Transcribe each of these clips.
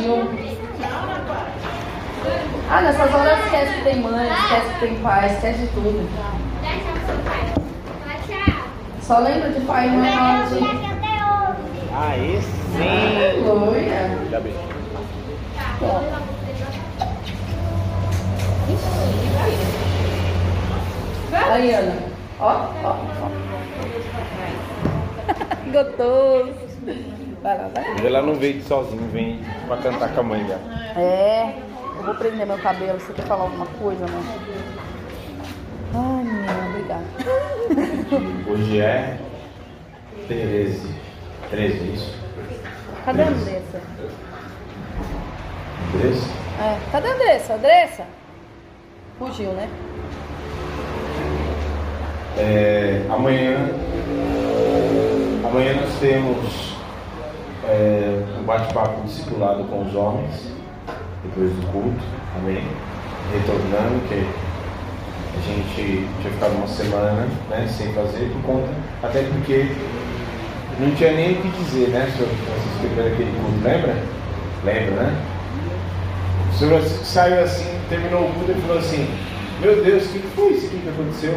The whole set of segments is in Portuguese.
fugiu. Nessas horas esquece que tem mãe, esquece que tem pai, esquece de tudo. Só lembra de pai e mãe na hora de... Aí sim! Aleluia! Já bem. Aí, Ana. Ó. Gostoso. Vai lá, vai. Ela não veio sozinha, vem pra cantar com a mãe dela. Eu vou prender meu cabelo. Você quer falar alguma coisa, amor? Ai, menina, obrigada. Hoje é 13, isso? Cadê a Andressa? Andressa? Cadê a Andressa? Andressa? Fugiu, né? Amanhã nós temos um bate-papo discipulado com os homens, depois do culto, amém? Retornando, que a gente tinha ficado uma semana, né, sem fazer, por conta, até porque não tinha nem o que dizer, né, sobre vocês primeiro aquele culto, lembra? Lembra, né? O senhor saiu assim, terminou o culto e falou assim: meu Deus, o que foi isso aqui que aconteceu?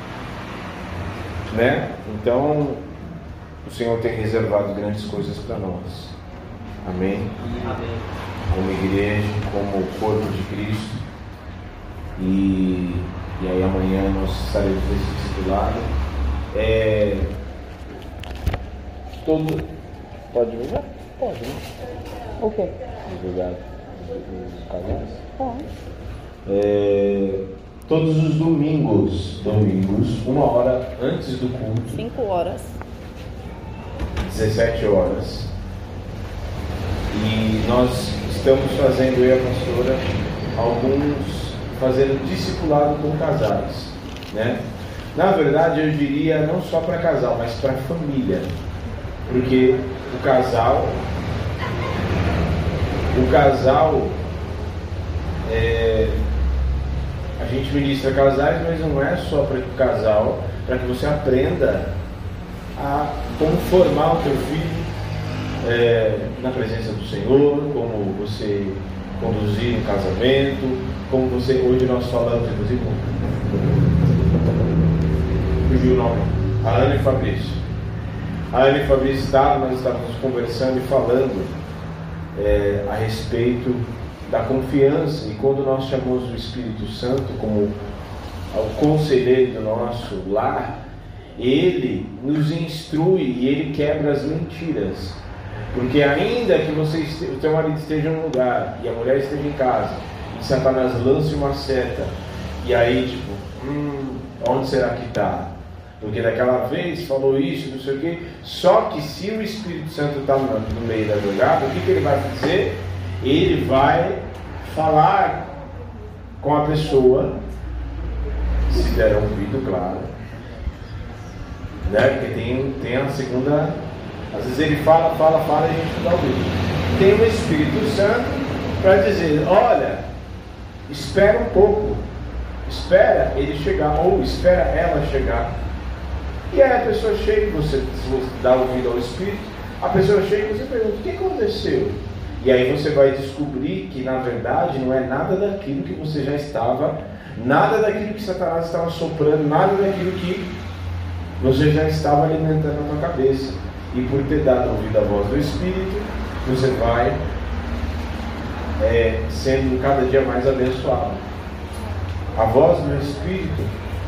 Né? Então, o Senhor tem reservado grandes coisas para nós. Amém? Amém. Como igreja, como corpo de Cristo. E aí amanhã nós estaremos nesse discipulado. Pode divulgar? Pode, né? O quê? Divulgar os casais? Pode. Todos os domingos, 1 hora antes do culto, 5 horas. 17 horas. E nós estamos fazendo, eu e a pastora, fazendo discipulado com casais, né? Na verdade, eu diria não só para casal, mas para família, porque o casal a gente ministra casais, mas não é só para o casal, para que você aprenda a como formar o teu filho na presença do Senhor, como você conduzir um casamento, como você, hoje nós falamos, inclusive, fugiu o nome, a Ana e Fabrício. A Ana e Fabrício nós estávamos conversando e falando a respeito da confiança, e quando nós chamamos o Espírito Santo como o conselheiro do nosso lar, ele nos instrui e ele quebra as mentiras, porque ainda que o teu marido esteja em um lugar e a mulher esteja em casa e Satanás lance uma seta, e aí tipo, onde será que está? Porque daquela vez falou isso, não sei o quê. Só que se o Espírito Santo está no meio da jogada, o que ele vai fazer? Ele vai falar com a pessoa, se der ouvido, claro, né? Porque tem a segunda, às vezes ele fala e a gente não dá ouvido. Tem o Espírito Santo para dizer: olha, espera um pouco, espera ele chegar, ou espera ela chegar. E aí a pessoa chega, se você dá ouvido ao Espírito, a pessoa chega e você pergunta: o que aconteceu? E aí você vai descobrir que na verdade não é nada daquilo que você já estava, nada daquilo que Satanás estava soprando, nada daquilo que você já estava alimentando na tua cabeça. E por ter dado ouvido à voz do Espírito, você vai sendo cada dia mais abençoado. A voz do Espírito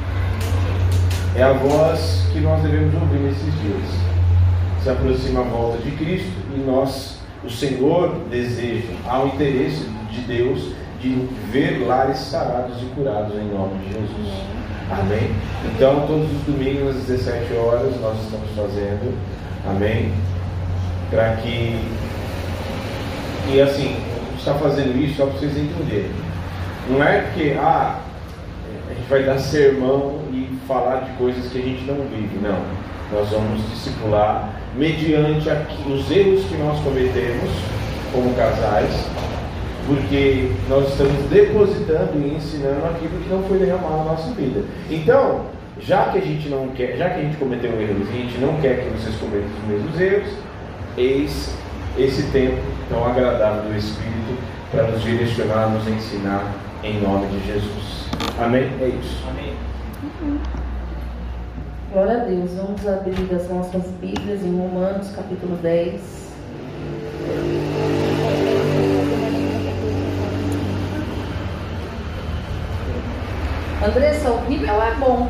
é a voz que nós devemos ouvir nesses dias. Se aproxima a volta de Cristo e o Senhor deseja, há um interesse de Deus de ver lares sarados e curados em nome de Jesus. Amém? Então, todos os domingos às 17 horas nós estamos fazendo, amém? Para que, e assim, a gente está fazendo isso só para vocês entenderem. Não é porque, a gente vai dar sermão e falar de coisas que a gente não vive, não. Nós vamos discipular mediante os erros que nós cometemos como casais, porque nós estamos depositando e ensinando aquilo que não foi derramado na nossa vida. Então, já que a gente cometeu erros e a gente não quer que vocês cometam os mesmos erros, eis esse tempo tão agradável do Espírito para nos direcionar, nos ensinar em nome de Jesus. Amém? É isso. Amém. Glória a Deus. Vamos abrir as nossas Bíblias em Romanos capítulo 10. Andressa, o rímel é bom.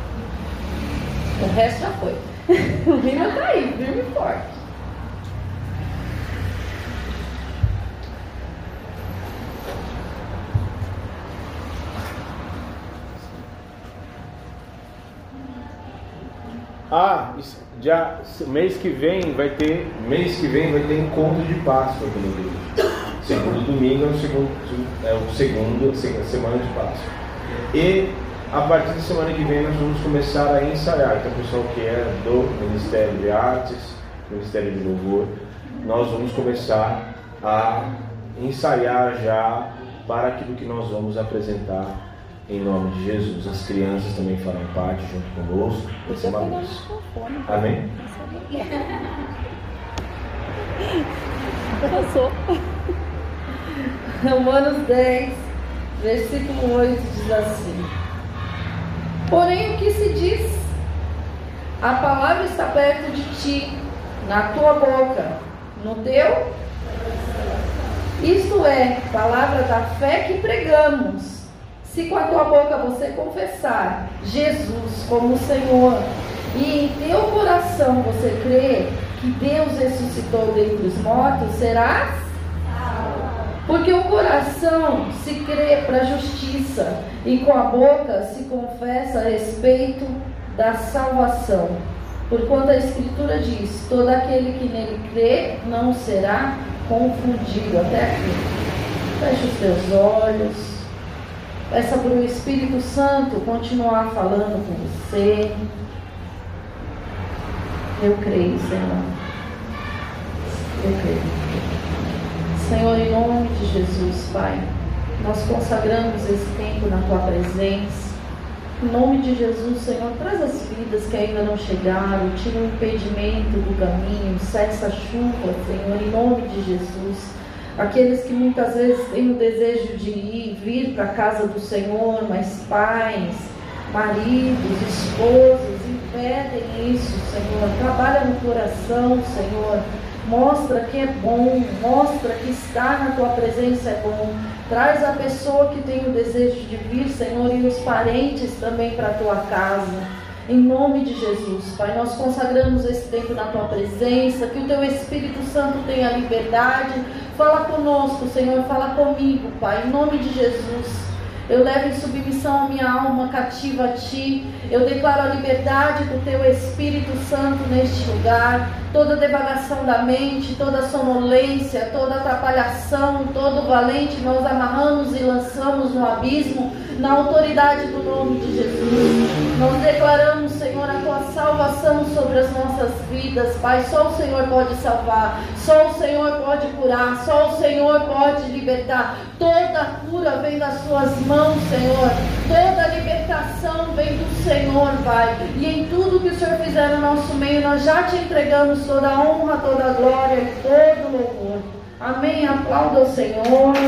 O resto já foi. O rímel está aí, firme e forte. Mês que vem vai ter encontro de Páscoa aqui no igreja. Segundo domingo é o segundo semana de Páscoa. E a partir da semana que vem nós vamos começar a ensaiar. Então, o pessoal que é do Ministério de Artes, Ministério de Louvor, nós vamos começar a ensaiar já para aquilo que nós vamos apresentar em nome de Jesus. As crianças também farão parte junto conosco. Vai ser uma bênção. Amém? Passou. Romanos 10, versículo 8 diz assim: porém o que se diz? A palavra está perto de ti, na tua boca, no teu. Isto é, palavra da fé que pregamos. Se com a tua boca você confessar Jesus como Senhor, e em teu coração você crer que Deus ressuscitou dentre os mortos, serás salvo. Porque o coração se crê para a justiça, e com a boca se confessa a respeito da salvação. Porquanto a Escritura diz: todo aquele que nele crê não será confundido. Até aqui. Feche os teus olhos. Peça para o Espírito Santo continuar falando com você. Eu creio, Senhor. Eu creio. Senhor, em nome de Jesus, Pai, nós consagramos esse tempo na Tua presença. Em nome de Jesus, Senhor, traz as vidas que ainda não chegaram, tira o impedimento do caminho, cessa a chuva, Senhor, em nome de Jesus. Aqueles que muitas vezes têm o desejo de vir para a casa do Senhor, mas pais, maridos, esposas, impedem isso, Senhor. Trabalha no coração, Senhor. Mostra que é bom, mostra que estar na Tua presença é bom. Traz a pessoa que tem o desejo de vir, Senhor, e os parentes também para a Tua casa. Em nome de Jesus, Pai, nós consagramos esse tempo na Tua presença, que o Teu Espírito Santo tenha liberdade. Fala conosco, Senhor, fala comigo, Pai, em nome de Jesus. Eu levo em submissão a minha alma cativa a Ti. Eu declaro a liberdade do Teu Espírito Santo neste lugar. Toda devagação da mente, toda sonolência, toda atrapalhação, todo valente, nós amarramos e lançamos no abismo, na autoridade do nome de Jesus. Nós declaramos, Senhor, a Tua salvação sobre as nossas vidas, Pai. Só o Senhor pode salvar, só o Senhor pode curar, só o Senhor pode libertar. Toda cura vem das Suas mãos, Senhor. Toda libertação vem do Senhor, Pai. E em tudo que o Senhor fizer no nosso meio, nós já Te entregamos toda a honra, toda a glória e todo o louvor. Amém. Aplauda o Senhor.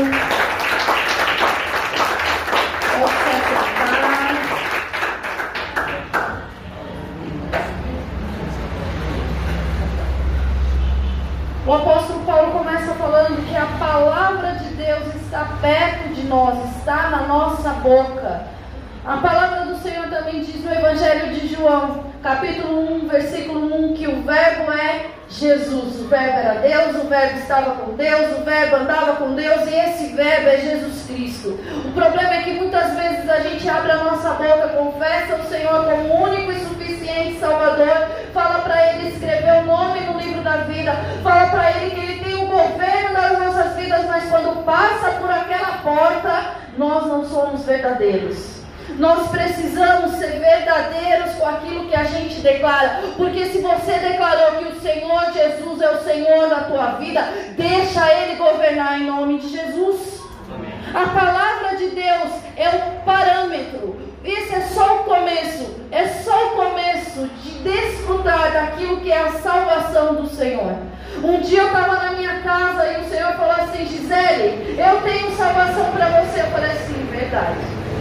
O apóstolo Paulo começa falando que a palavra de Deus está perto de nós, está na nossa boca. A palavra do Senhor também diz no Evangelho de João, capítulo 1, versículo 1, que o verbo é Jesus. O verbo era Deus, o verbo estava com Deus, o verbo andava com Deus, e esse verbo é Jesus Cristo. O problema é que muitas vezes a gente abre a nossa boca, confessa o Senhor como único e suficiente Salvador, fala para Ele escrever o nome no livro da vida, fala para Ele que Ele tem o governo das nossas vidas, mas quando passa por aquela porta, nós não somos verdadeiros. Nós precisamos ser verdadeiros com aquilo que a gente declara, porque se você declarou que o Senhor Jesus é o Senhor da tua vida, deixa Ele governar em nome de Jesus. Amém. A palavra de Deus é o parâmetro. Esse é só o começo de desfrutar daquilo que é a salvação do Senhor. Um dia eu estava na minha casa e o Senhor falou assim: Gisele, eu tenho salvação para você. Eu falei assim: verdade.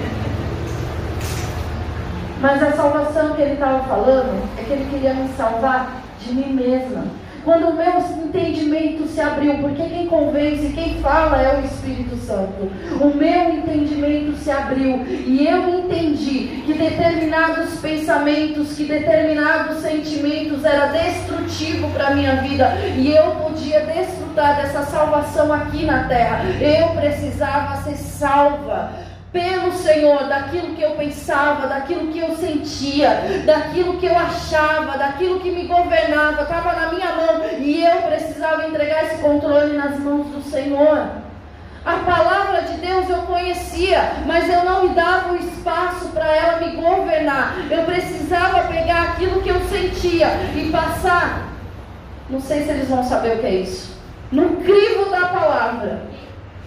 Mas a salvação que ele estava falando é que ele queria me salvar de mim mesma. Quando o meu entendimento se abriu, porque quem convence, quem fala é o Espírito Santo. O meu entendimento se abriu e eu entendi que determinados pensamentos, que determinados sentimentos eram destrutivos para a minha vida e eu podia desfrutar dessa salvação aqui na terra. Eu precisava ser salva pelo Senhor, daquilo que eu pensava, daquilo que eu sentia, daquilo que eu achava, daquilo que me governava, estava na minha mão e eu precisava entregar esse controle nas mãos do Senhor. A palavra de Deus eu conhecia, mas eu não me dava o espaço para ela me governar. Eu precisava pegar aquilo que eu sentia e passar, não sei se eles vão saber o que é isso, no crivo da palavra.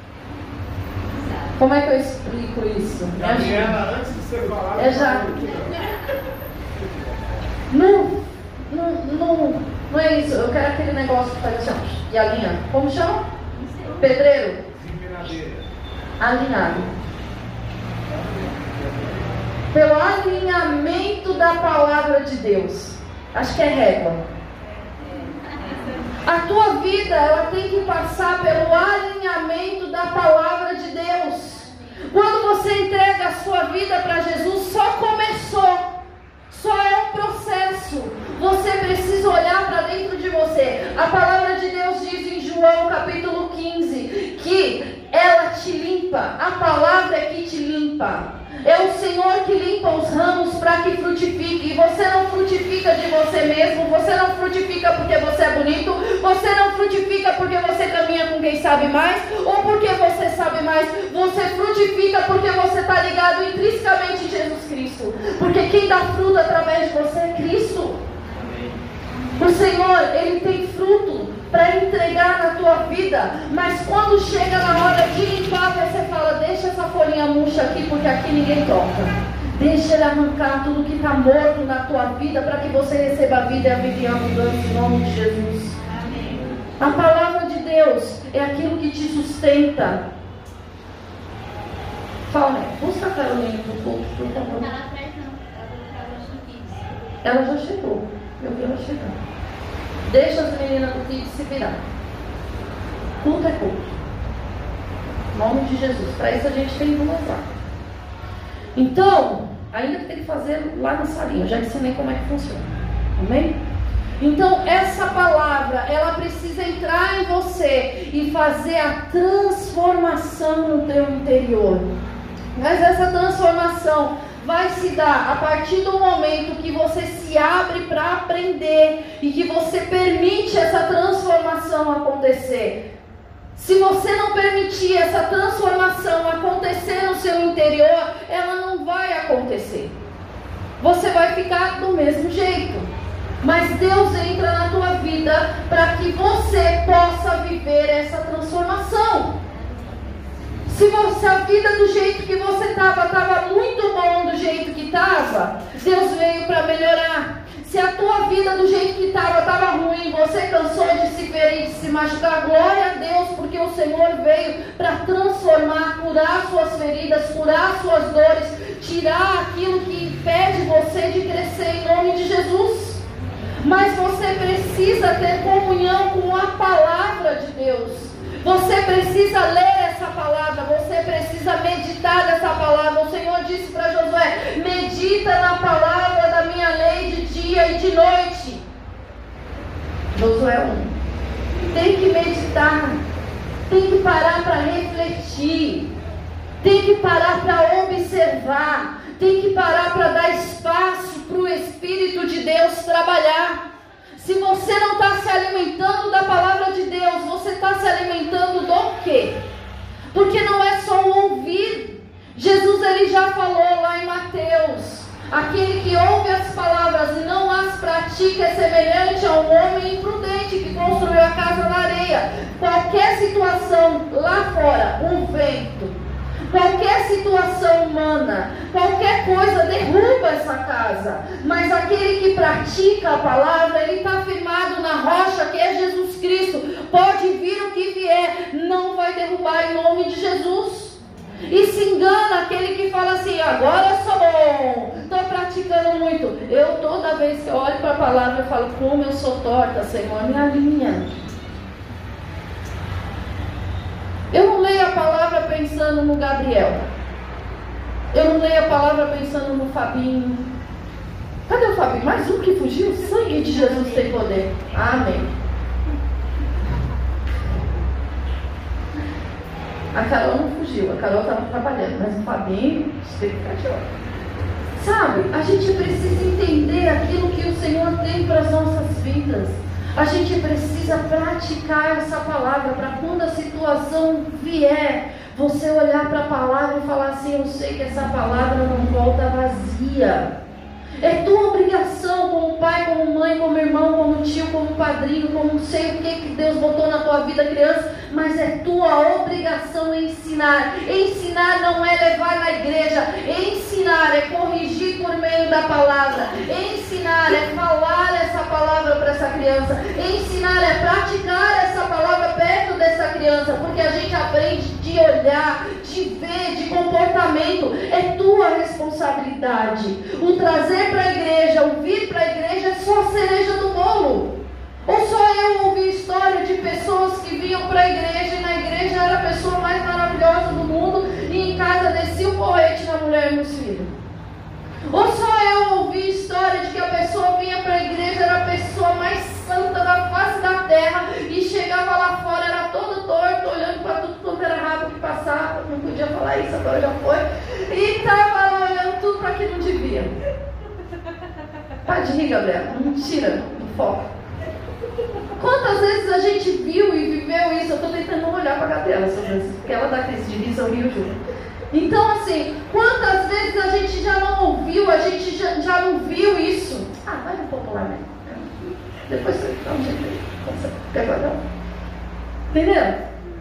Como é que eu explico isso? Gabriela, antes de você falar... Não é isso. Eu quero aquele negócio que faz assim, ó, e alinha. Como chama? Pedreiro? Alinhado. Pelo alinhamento da palavra de Deus. Acho que é régua. A tua vida, ela tem que passar pelo alinhamento da palavra de Deus. Quando você entrega a sua vida para Jesus, só começou. Só é um processo. Você precisa olhar para dentro de você. A palavra de Deus diz em João capítulo 15 que ela te limpa. A palavra é que te limpa. É o Senhor que limpa os ramos para que frutifique. E você não frutifica de você mesmo. Você não frutifica porque você é bonito. Você não frutifica porque você caminha com quem sabe mais, ou porque você sabe mais. Você frutifica porque você está ligado intrinsecamente em Jesus Cristo. Porque quem dá fruto através de você é Cristo. O Senhor, Ele tem fruto para entregar na tua vida, mas quando chega na hora de limpar, você fala: deixa essa folhinha murcha aqui, porque aqui ninguém toca. Deixa Ele arrancar tudo que está morto na tua vida, para que você receba a vida e a vida em abundância, em nome de Jesus. Amém. A palavra de Deus é aquilo que te sustenta. Fala, né? Busca a Carolina do culto, por favor. Ela já chegou. Eu vi ela chegando. Deixa as meninas do Kids se virar. Culto é culto. Em nome de Jesus. Para isso a gente tem duas lá. Então, ainda que tem que fazer lá na salinha. Eu já ensinei como é que funciona. Amém? Então, essa palavra, ela precisa entrar em você e fazer a transformação no teu interior. Mas essa transformação vai se dar a partir do momento que você se abre para aprender e que você permite essa transformação acontecer. Se você não permitir essa transformação acontecer no seu interior, ela não vai acontecer. Você vai ficar do mesmo jeito. Mas Deus entra na tua vida para que você possa viver essa transformação. Se a vida do jeito que você estava muito bom do jeito que estava, Deus veio para melhorar. Se a tua vida do jeito que estava ruim, você cansou de se ferir, de se machucar, glória a Deus, porque o Senhor veio para transformar, curar suas feridas, curar suas dores, tirar aquilo que impede você de crescer em nome de Jesus. Mas você precisa ter comunhão com a palavra de Deus. Você precisa ler essa palavra, você precisa meditar nessa palavra. O Senhor disse para Josué: medita na palavra da minha lei de dia e de noite. Josué 1. Tem que meditar, tem que parar para refletir, tem que parar para observar, tem que parar para dar espaço para o Espírito de Deus trabalhar. Se você não está se alimentando da palavra de Deus, você está se alimentando do quê? Porque não é só o ouvir. Jesus, ele já falou lá em Mateus: aquele que ouve as palavras e não as pratica é semelhante a um homem imprudente que construiu a casa na areia. Qualquer situação lá fora, um vento, qualquer situação humana, qualquer coisa derruba essa casa. Mas aquele que pratica a palavra, ele está firmado na rocha que é Jesus Cristo. Pode vir o que vier, não vai derrubar em nome de Jesus. E se engana aquele que fala assim: agora eu sou bom, estou praticando muito. Eu, toda vez que eu olho para a palavra, eu falo: como eu sou torta, Senhor, me alinha. Eu não leio a palavra pensando no Gabriel. Eu não leio a palavra pensando no Fabinho. Cadê o Fabinho? Mais um que fugiu? O sangue de Jesus tem poder. Amém. A Carol não fugiu, a Carol estava trabalhando, mas o Fabinho tem que ficar de olho. Sabe, a gente precisa entender aquilo que o Senhor tem para as nossas vidas. A gente precisa praticar essa palavra para quando a situação vier, você olhar para a palavra e falar assim: eu sei que essa palavra não volta vazia. É tua obrigação como pai, como mãe, como irmão, como tio, como padrinho, como não sei o que Deus botou na tua vida, criança, mas é tua obrigação ensinar. Ensinar não é levar na igreja, ensinar é corrigir por meio da palavra, ensinar é falar essa palavra para essa criança, ensinar é praticar essa palavra perto dessa criança, porque a gente aprende de olhar, de ver, de comportamento. É tua responsabilidade. O trazer para a igreja, o vir para a igreja é só a cereja do bolo. Ou só eu ouvi história de pessoas que vinham para a igreja e na igreja era a pessoa mais maravilhosa do mundo e em casa descia o porrete na mulher e nos filhos. Ou só eu ouvi história de que a pessoa vinha para a igreja, era a pessoa mais santa da face da terra e chegava lá fora, era todo torto, olhando para tudo quanto era rabo que passava, não podia falar isso, agora já foi, e estava lá olhando tudo para que não devia. Para de rir, Gabriela, não tira do foco. Quantas vezes a gente viu e viveu isso? Eu estou tentando não olhar para a Gabriela sobre isso, porque ela dá crise de riso, eu rio junto. Então, assim, quantas vezes a gente já não ouviu, a gente já não viu isso? Ah, vai no popular, né? Depois você dá um jeito aí, você pega não. Entendeu?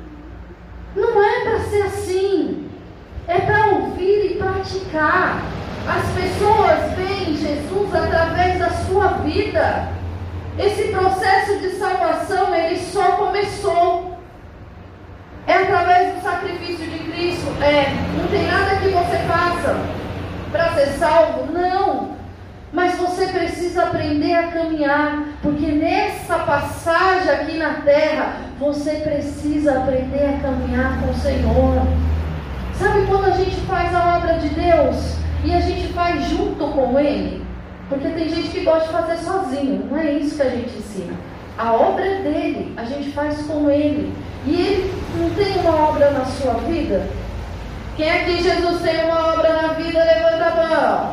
Não é para ser assim. É para ouvir e praticar. As pessoas veem Jesus através da sua vida. Esse processo de salvação, ele só começou. É através do sacrifício de Cristo. Não tem nada que você faça para ser salvo. Não. Mas você precisa aprender a caminhar. Porque nessa passagem aqui na terra, você precisa aprender a caminhar com o Senhor. Sabe quando a gente faz a obra de Deus e a gente faz junto com Ele? Porque tem gente que gosta de fazer sozinho. Não é isso que a gente ensina. A obra é dele, a gente faz com Ele. E Ele não tem uma obra na sua vida? Quem aqui Jesus tem uma obra na vida, levanta a mão.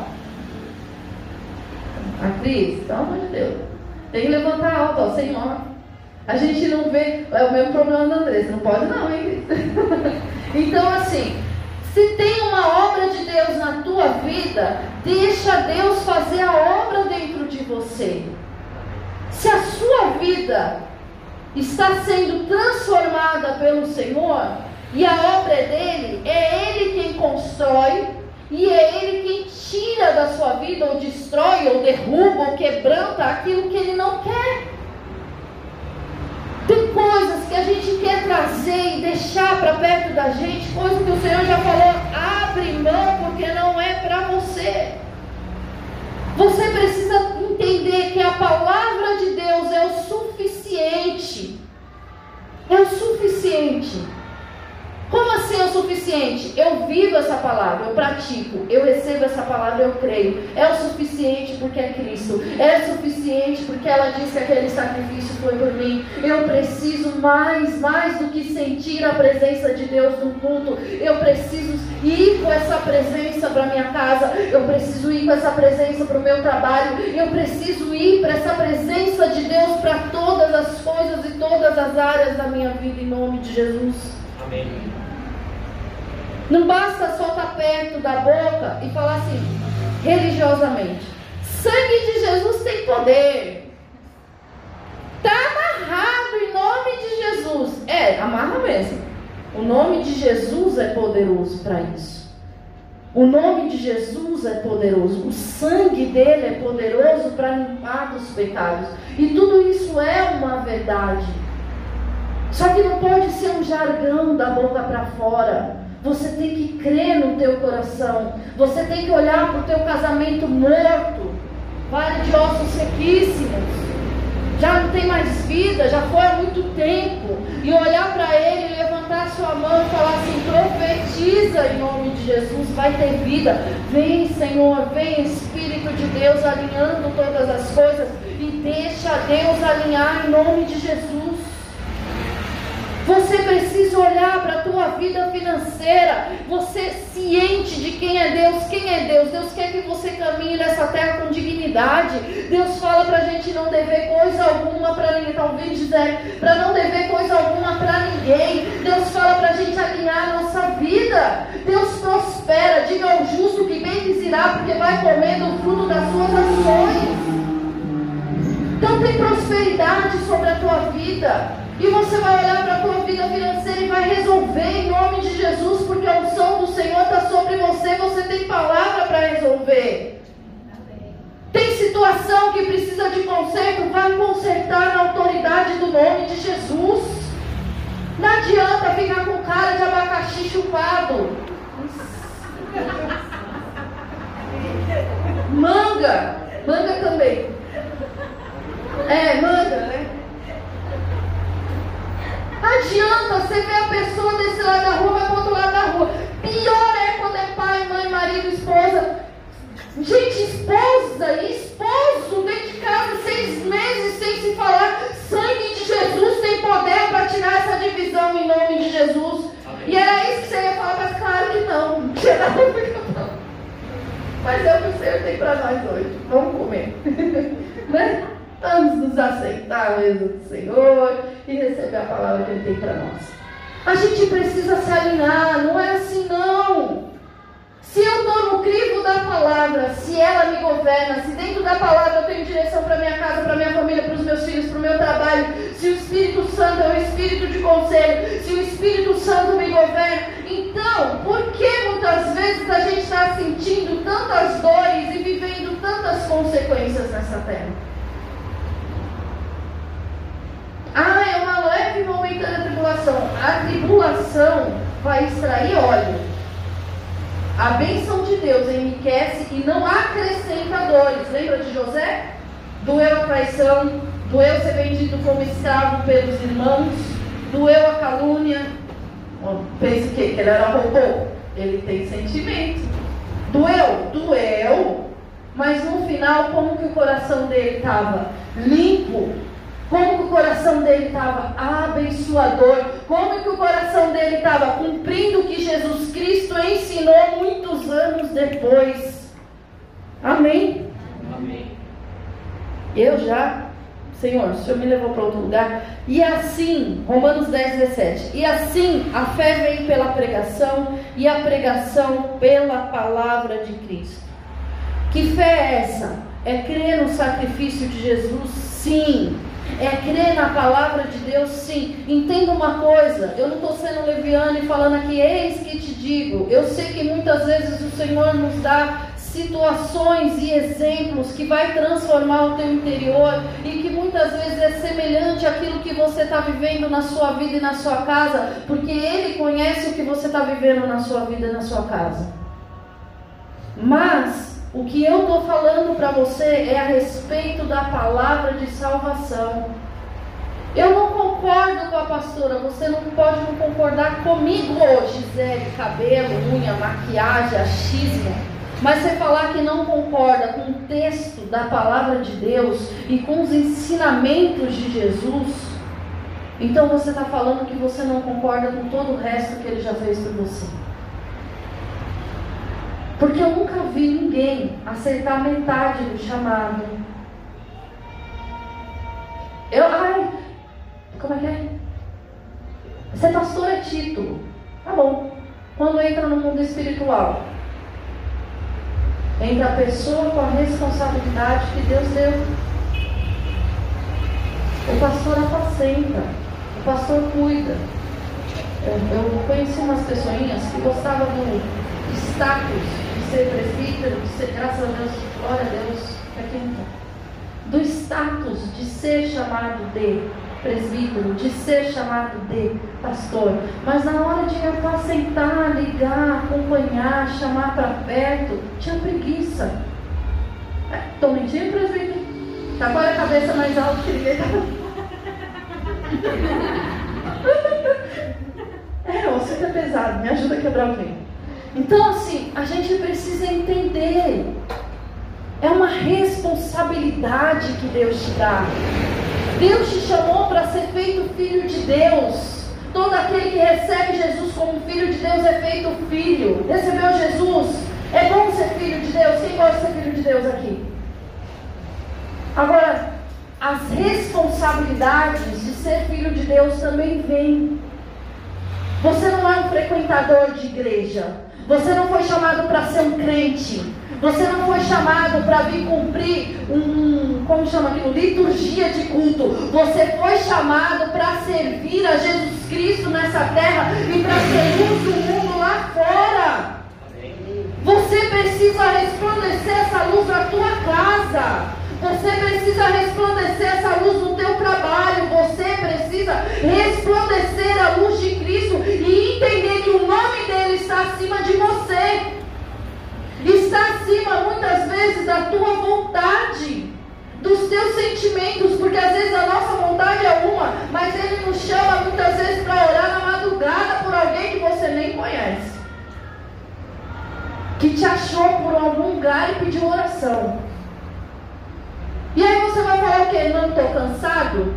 A Cris, pelo amor de Deus, tem que levantar alto, ó, Senhor. A gente não vê, é o mesmo problema da Andressa, não pode não, hein, Cris? Então assim, se tem uma obra de Deus na tua vida, deixa Deus fazer a obra dentro de você. Se a sua vida está sendo transformada pelo Senhor, e a obra é dele, é Ele quem constrói, e é Ele quem tira da sua vida, ou destrói, ou derruba, ou quebranta aquilo que Ele não quer. Tem coisas que a gente quer trazer e deixar para perto da gente, coisa que o Senhor já falou: abre mão, porque não é para você. Você precisa entender que a palavra de Deus é o suficiente. É o suficiente. Como assim é o suficiente? Eu vivo essa palavra, eu pratico, eu recebo essa palavra, eu creio. É o suficiente porque é Cristo. É o suficiente porque ela disse que aquele sacrifício foi por mim. Eu preciso mais do que sentir a presença de Deus no culto. Eu preciso ir com essa presença para minha casa. Eu preciso ir com essa presença para o meu trabalho. Eu preciso ir para essa presença de Deus para todas as coisas e todas as áreas da minha vida, em nome de Jesus. Amém. Não basta só estar perto da boca e falar assim, religiosamente: sangue de Jesus tem poder. Está amarrado em nome de Jesus. Amarra mesmo. O nome de Jesus é poderoso para isso. O nome de Jesus é poderoso. O sangue dele é poderoso para limpar dos pecados. E tudo isso é uma verdade. Só que não pode ser um jargão da boca para fora. Você tem que crer no teu coração. Você tem que olhar para o teu casamento morto, vale de ossos sequíssimos, já não tem mais vida, já foi há muito tempo, e olhar para ele, levantar sua mão e falar assim: profetiza em nome de Jesus, vai ter vida. Vem, Senhor, vem, Espírito de Deus, alinhando todas as coisas, e deixa Deus alinhar em nome de Jesus. Você precisa olhar para a tua vida financeira, você ciente de quem é Deus. Quem é Deus? Deus quer que você caminhe nessa terra com dignidade. Deus fala para a gente não dever coisa alguma para ninguém. Talvez dizer, para não dever coisa alguma para ninguém. Deus fala para a gente alinhar a nossa vida. Deus prospera, diga ao justo que bem lhes irá, porque vai comer do fruto das suas ações. Então tem prosperidade sobre a tua vida. E você vai olhar para a tua vida financeira e vai resolver em nome de Jesus, porque a unção do Senhor está sobre você. Você tem palavra para resolver. Tem situação que precisa de conserto, vai consertar na autoridade do nome de Jesus. Não adianta ficar com cara de abacaxi chupado. Manga também. Manga, né? Adianta você ver a pessoa desse lado da rua, vai para o outro lado da rua. Pior é quando é pai, mãe, marido, esposa. Gente, esposa e esposo dentro de casa, 6 meses sem se falar. Sangue de Jesus tem poder para tirar essa divisão em nome de Jesus. E era isso que você ia falar, mas claro que não. Não. Mas é o que o Senhor tem para nós hoje. Vamos comer. Né? Vamos nos aceitar a mesa do Senhor e receber a palavra que Ele tem para nós. A gente precisa se alinhar, não é assim não. Se eu estou no crivo da palavra, se ela me governa, se dentro da palavra eu tenho direção para minha casa, para minha família, para os meus filhos, para o meu trabalho, se o Espírito Santo é o Espírito de conselho, se o Espírito Santo me governa, então, por que muitas vezes a gente está sentindo tantas dores e vivendo tantas consequências nessa terra? É uma leve e momentânea tribulação. A tribulação vai extrair óleo. A bênção de Deus enriquece e não acrescenta dores. Lembra de José? Doeu a traição, doeu ser vendido como escravo pelos irmãos, doeu a calúnia. Pensa que ele era robô? Ele tem sentimento. Doeu. Mas no final, como que o coração dele estava? Limpo. Como que o coração dele estava abençoador? Como que o coração dele estava cumprindo o que Jesus Cristo ensinou muitos anos depois? Amém? Amém. Senhor, o Senhor me levou para outro lugar. E assim, Romanos 10, 17. E assim, a fé vem pela pregação, e a pregação pela palavra de Cristo. Que fé é essa? É crer no sacrifício de Jesus? Sim. É crer na palavra de Deus? Sim. Entenda uma coisa, eu não estou sendo leviana e falando aqui, eis que te digo. Eu sei que muitas vezes o Senhor nos dá situações e exemplos que vai transformar o teu interior e que muitas vezes é semelhante àquilo que você está vivendo na sua vida e na sua casa, porque Ele conhece o que você está vivendo na sua vida e na sua casa. Mas o que eu estou falando para você é a respeito da palavra de salvação. Eu não concordo com a pastora, você não pode não concordar comigo hoje, Gisele, cabelo, unha, maquiagem, achismo. Mas você falar que não concorda com o texto da palavra de Deus e com os ensinamentos de Jesus, então você está falando que você não concorda com todo o resto que Ele já fez por você. Porque eu nunca vi ninguém acertar metade do chamado. Como é que é? Ser pastor é título. Tá bom. Quando entra no mundo espiritual, entra a pessoa com a responsabilidade que Deus deu. O pastor apacenta, o pastor cuida. Eu conheci umas pessoinhas que gostavam do status de ser presbítero, de ser, graças a Deus, glória a Deus, do status de ser chamado de. presbítero, de ser chamado de pastor, mas na hora de apacentar, ligar, acompanhar, chamar para perto, tinha preguiça. Estou mentindo, presbítero? Está com a cabeça mais alta que ninguém está. O assunto é pesado, me ajuda a quebrar o vento. Então, assim, a gente precisa entender. É uma responsabilidade que Deus te dá. Deus te chamou para ser feito filho de Deus. Todo aquele que recebe Jesus como filho de Deus é feito filho. Recebeu Jesus? É bom ser filho de Deus? Quem gosta de ser filho de Deus aqui? Agora, as responsabilidades de ser filho de Deus também vêm. Você não é um frequentador de igreja. Você não foi chamado para ser um crente. Você não foi chamado para vir cumprir liturgia de culto. Você foi chamado para servir a Jesus Cristo nessa terra e para ser luz do mundo lá fora. Você precisa resplandecer essa luz na tua casa. Você precisa resplandecer essa luz no teu trabalho. Você precisa resplandecer a luz de Cristo e entender que o nome dele está acima de você. Está acima muitas vezes da tua vontade, dos teus sentimentos, porque às vezes a nossa vontade é uma, mas ele nos chama muitas vezes para orar na madrugada por alguém que você nem conhece, que te achou por algum lugar e pediu oração. E aí você vai falar o quê? Não estou cansado?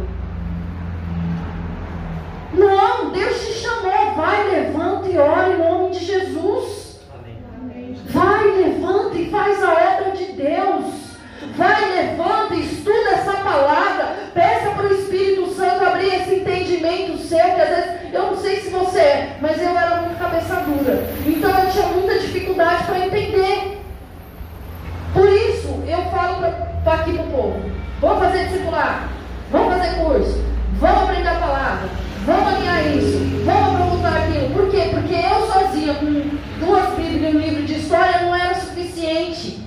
Não, Deus te chamou. Vai, levanta e ora em nome de Jesus. Amém. Vai, levanta e faz a obra de Deus. Vai, levanta e estuda essa palavra. Peça para o Espírito Santo abrir esse entendimento seu, que às vezes, eu não sei se você é, mas eu era muito cabeça dura. Então eu tinha muita dificuldade para entender. Por isso, eu falo aqui para o povo: vamos fazer discipulado, vamos fazer curso, vamos aprender a palavra, vamos alinhar isso, vamos aproveitar aquilo. Por quê? Porque eu sozinha, com 2 Bíblias e um livro de história, não era suficiente.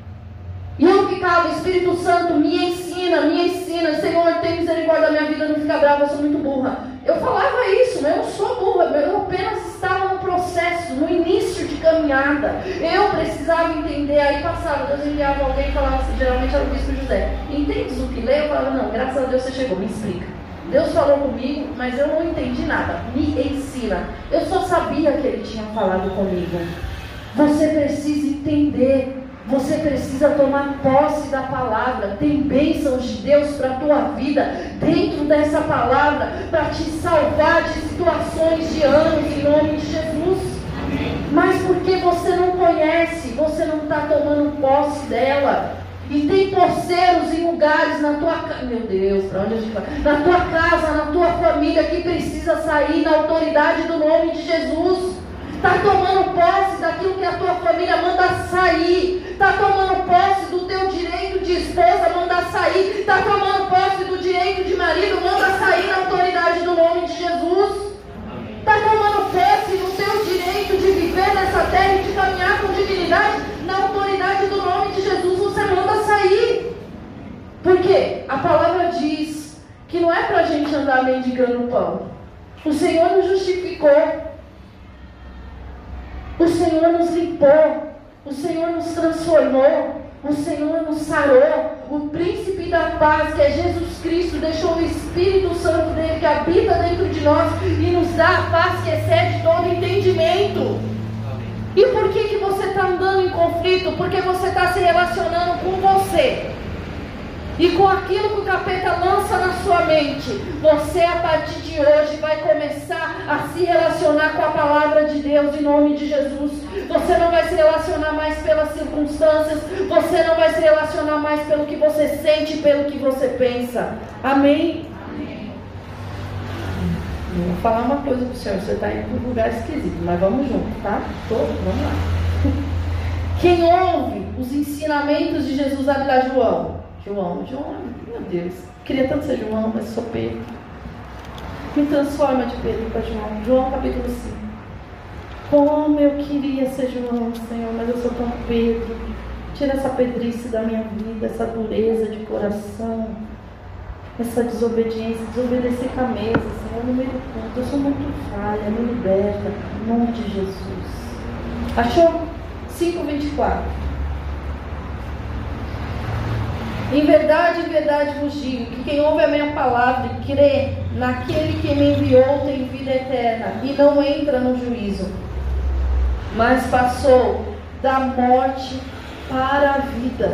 E eu ficava: Espírito Santo, me ensina, Senhor, tem misericórdia da minha vida, não fica brava, eu sou muito burra. Eu falava isso, mas eu não sou burra, eu apenas estava no processo, no início de caminhada. Eu precisava entender. Aí passava, Deus enviava alguém e falava assim, geralmente era o bispo José: entendes o que lê? Eu falava: não, graças a Deus você chegou, me explica. Deus falou comigo, mas eu não entendi nada, me ensina. Eu só sabia que Ele tinha falado comigo. Você precisa entender. Você precisa tomar posse da palavra. Tem bênçãos de Deus para a tua vida dentro dessa palavra, para te salvar de situações de anos, em nome de Jesus. Mas porque você não conhece, você não está tomando posse dela. E tem poceiros em lugares na tua casa, meu Deus, para onde a gente vai? Na tua casa, na tua família, que precisa sair na autoridade do nome de Jesus. Está tomando posse daquilo que a tua família manda sair. Está tomando posse do teu direito de esposa, manda sair. Está tomando posse do direito de marido, manda sair na autoridade do nome de Jesus. Está tomando posse do teu direito de viver nessa terra e de caminhar com dignidade. Na autoridade do nome de Jesus você manda sair. Por quê? A palavra diz que não é para a gente andar mendigando pão. O Senhor nos justificou. O Senhor nos limpou, o Senhor nos transformou, o Senhor nos sarou. O príncipe da paz, que é Jesus Cristo, deixou o Espírito Santo dele que habita dentro de nós e nos dá a paz que excede todo entendimento. E por que você está andando em conflito? Porque você está se relacionando com você e com aquilo que o capeta lança na sua mente. Você, a partir de hoje, vai começar a se relacionar com a palavra de Deus em nome de Jesus. Você não vai se relacionar mais pelas circunstâncias. Você não vai se relacionar mais pelo que você sente, pelo que você pensa. Amém? Amém. Eu vou falar uma coisa para o senhor. Você está indo para um lugar esquisito, mas vamos junto, tá? Vamos lá. Quem ouve os ensinamentos de Jesus, abre lá João, meu Deus, queria tanto ser João, mas sou Pedro. Me transforma de Pedro para João capítulo 5. Como eu queria ser João, Senhor, mas eu sou tão Pedro. Tira essa pedrice da minha vida, essa dureza de coração. essa desobediência, desobedecer com a mesa, Senhor, no meio do culto. Eu sou muito falha, me liberta, em nome de Jesus. Achou? 5:24. Em verdade vos digo, que quem ouve a minha palavra e crê naquele que me enviou tem vida eterna, e não entra no juízo, mas passou da morte para a vida.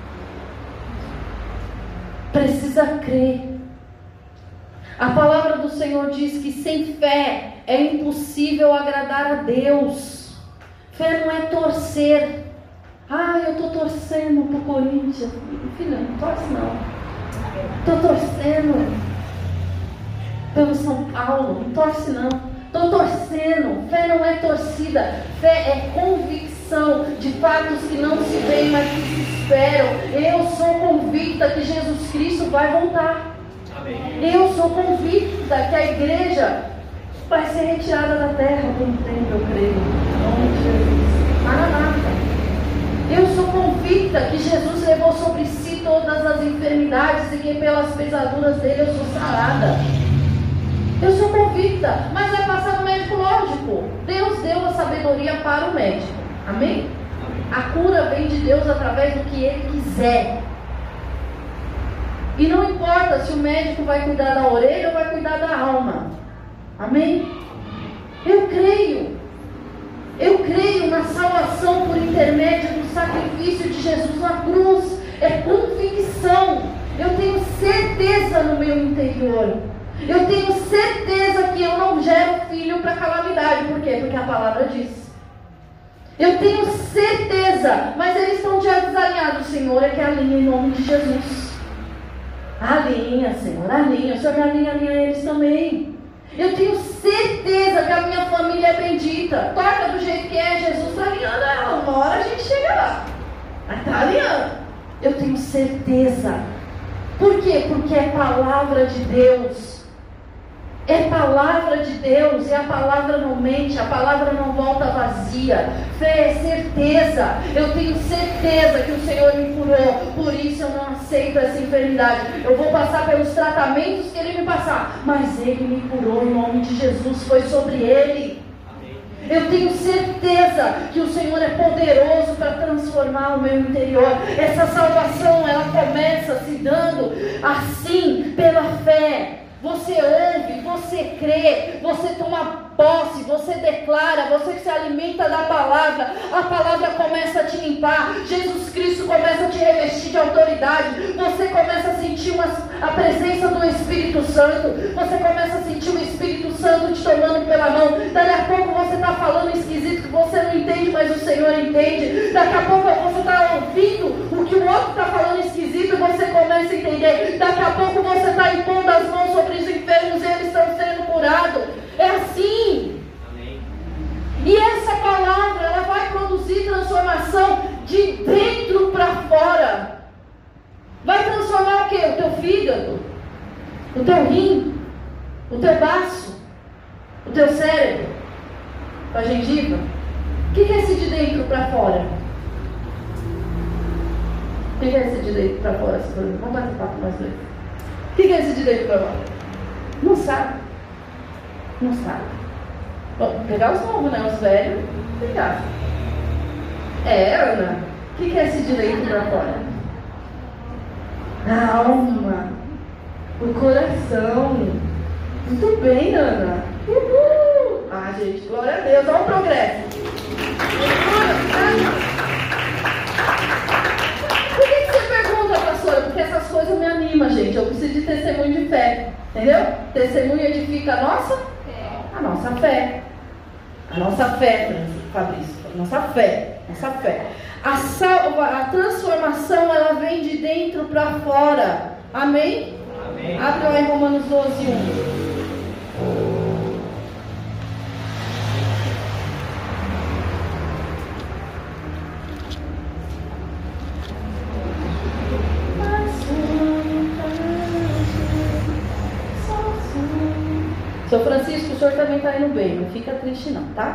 Precisa crer. A palavra do Senhor diz que sem fé é impossível agradar a Deus. Fé não é torcer. Eu estou torcendo para o Corinthians. Filha, não torce não. Estou torcendo pelo São Paulo. Não torce não. Estou torcendo. Fé não é torcida. Fé é convicção de fatos que não se veem, mas que se esperam. Eu sou convicta que Jesus Cristo vai voltar. Amém. Eu sou convicta que a igreja vai ser retirada da terra por um tempo, eu creio. Em nome de Jesus. Maranata. Eu sou convicta que Jesus levou sobre si todas as enfermidades e que pelas pesaduras dele eu sou sarada. Eu sou convicta, mas vai passar no médico, lógico. Deus deu a sabedoria para o médico. Amém? A cura vem de Deus através do que Ele quiser. E não importa se o médico vai cuidar da orelha ou vai cuidar da alma. Amém? Eu creio na salvação por intermédio do sacrifício de Jesus na cruz. É convicção. Eu tenho certeza no meu interior. Eu tenho certeza que eu não gero filho para calamidade. Por quê? Porque a palavra diz. Eu tenho certeza, mas eles estão desalinhados. O Senhor é que alinha em nome de Jesus. Alinha, Senhor, alinha. O Senhor me alinha eles também. Eu tenho certeza que a minha família é bendita. Torta do jeito que é, Jesus está alinhando ela. Uma hora a gente chega lá. Mas está alinhando. Eu tenho certeza. Por quê? Porque é palavra de Deus. É palavra de Deus. E a palavra não mente. A palavra não volta vazia. Fé é certeza. Eu tenho certeza que o Senhor me curou. Por isso eu não aceito essa enfermidade. Eu vou passar pelos tratamentos que Ele me passar, mas Ele me curou em nome de Jesus. Foi sobre Ele. Eu tenho certeza que o Senhor é poderoso para transformar o meu interior. Essa salvação, ela começa se dando assim, pela fé. Você ouve, você crê, você toma posse, você declara, você se alimenta da palavra. A palavra começa a te limpar. Jesus Cristo começa a te revestir de autoridade. Você começa a sentir a presença do Espírito Santo. Você começa a sentir o Espírito Santo te tomando pela mão. Daqui a pouco você está falando esquisito que você não entende, mas o Senhor entende. Daqui a pouco você está ouvindo o que o outro está falando esquisito e você começa a entender. Daqui a pouco você está impondo as mãos sobre os enfermos e eles estão sendo curados. É assim. Amém. E essa palavra, ela vai produzir transformação de dentro para fora. Vai transformar o quê? O teu fígado, o teu rim, o teu baço, o teu cérebro, a gengiva. O que é esse de dentro para fora? O que é esse de dentro para fora? Vamos bater papo mais dois. O que é esse de dentro para fora? Não sabe. Não sabe. Bom, pegar os novos, né? Os velhos, pegar. Ana, o que é esse de dentro para fora? A alma, o coração. Muito bem, Ana. Gente, glória a Deus. Olha o progresso. Por que você pergunta, pastora? Porque essas coisas me animam, gente. Eu preciso de testemunho de fé. Entendeu? Testemunho edifica a nossa fé. A nossa fé. A nossa fé, Fabrício. A nossa fé. Nossa fé. A transformação, ela vem de dentro para fora. Amém? Amém. Abre lá em Romanos 12:1. Seu Francisco, o senhor também está indo bem, não fica triste não, tá?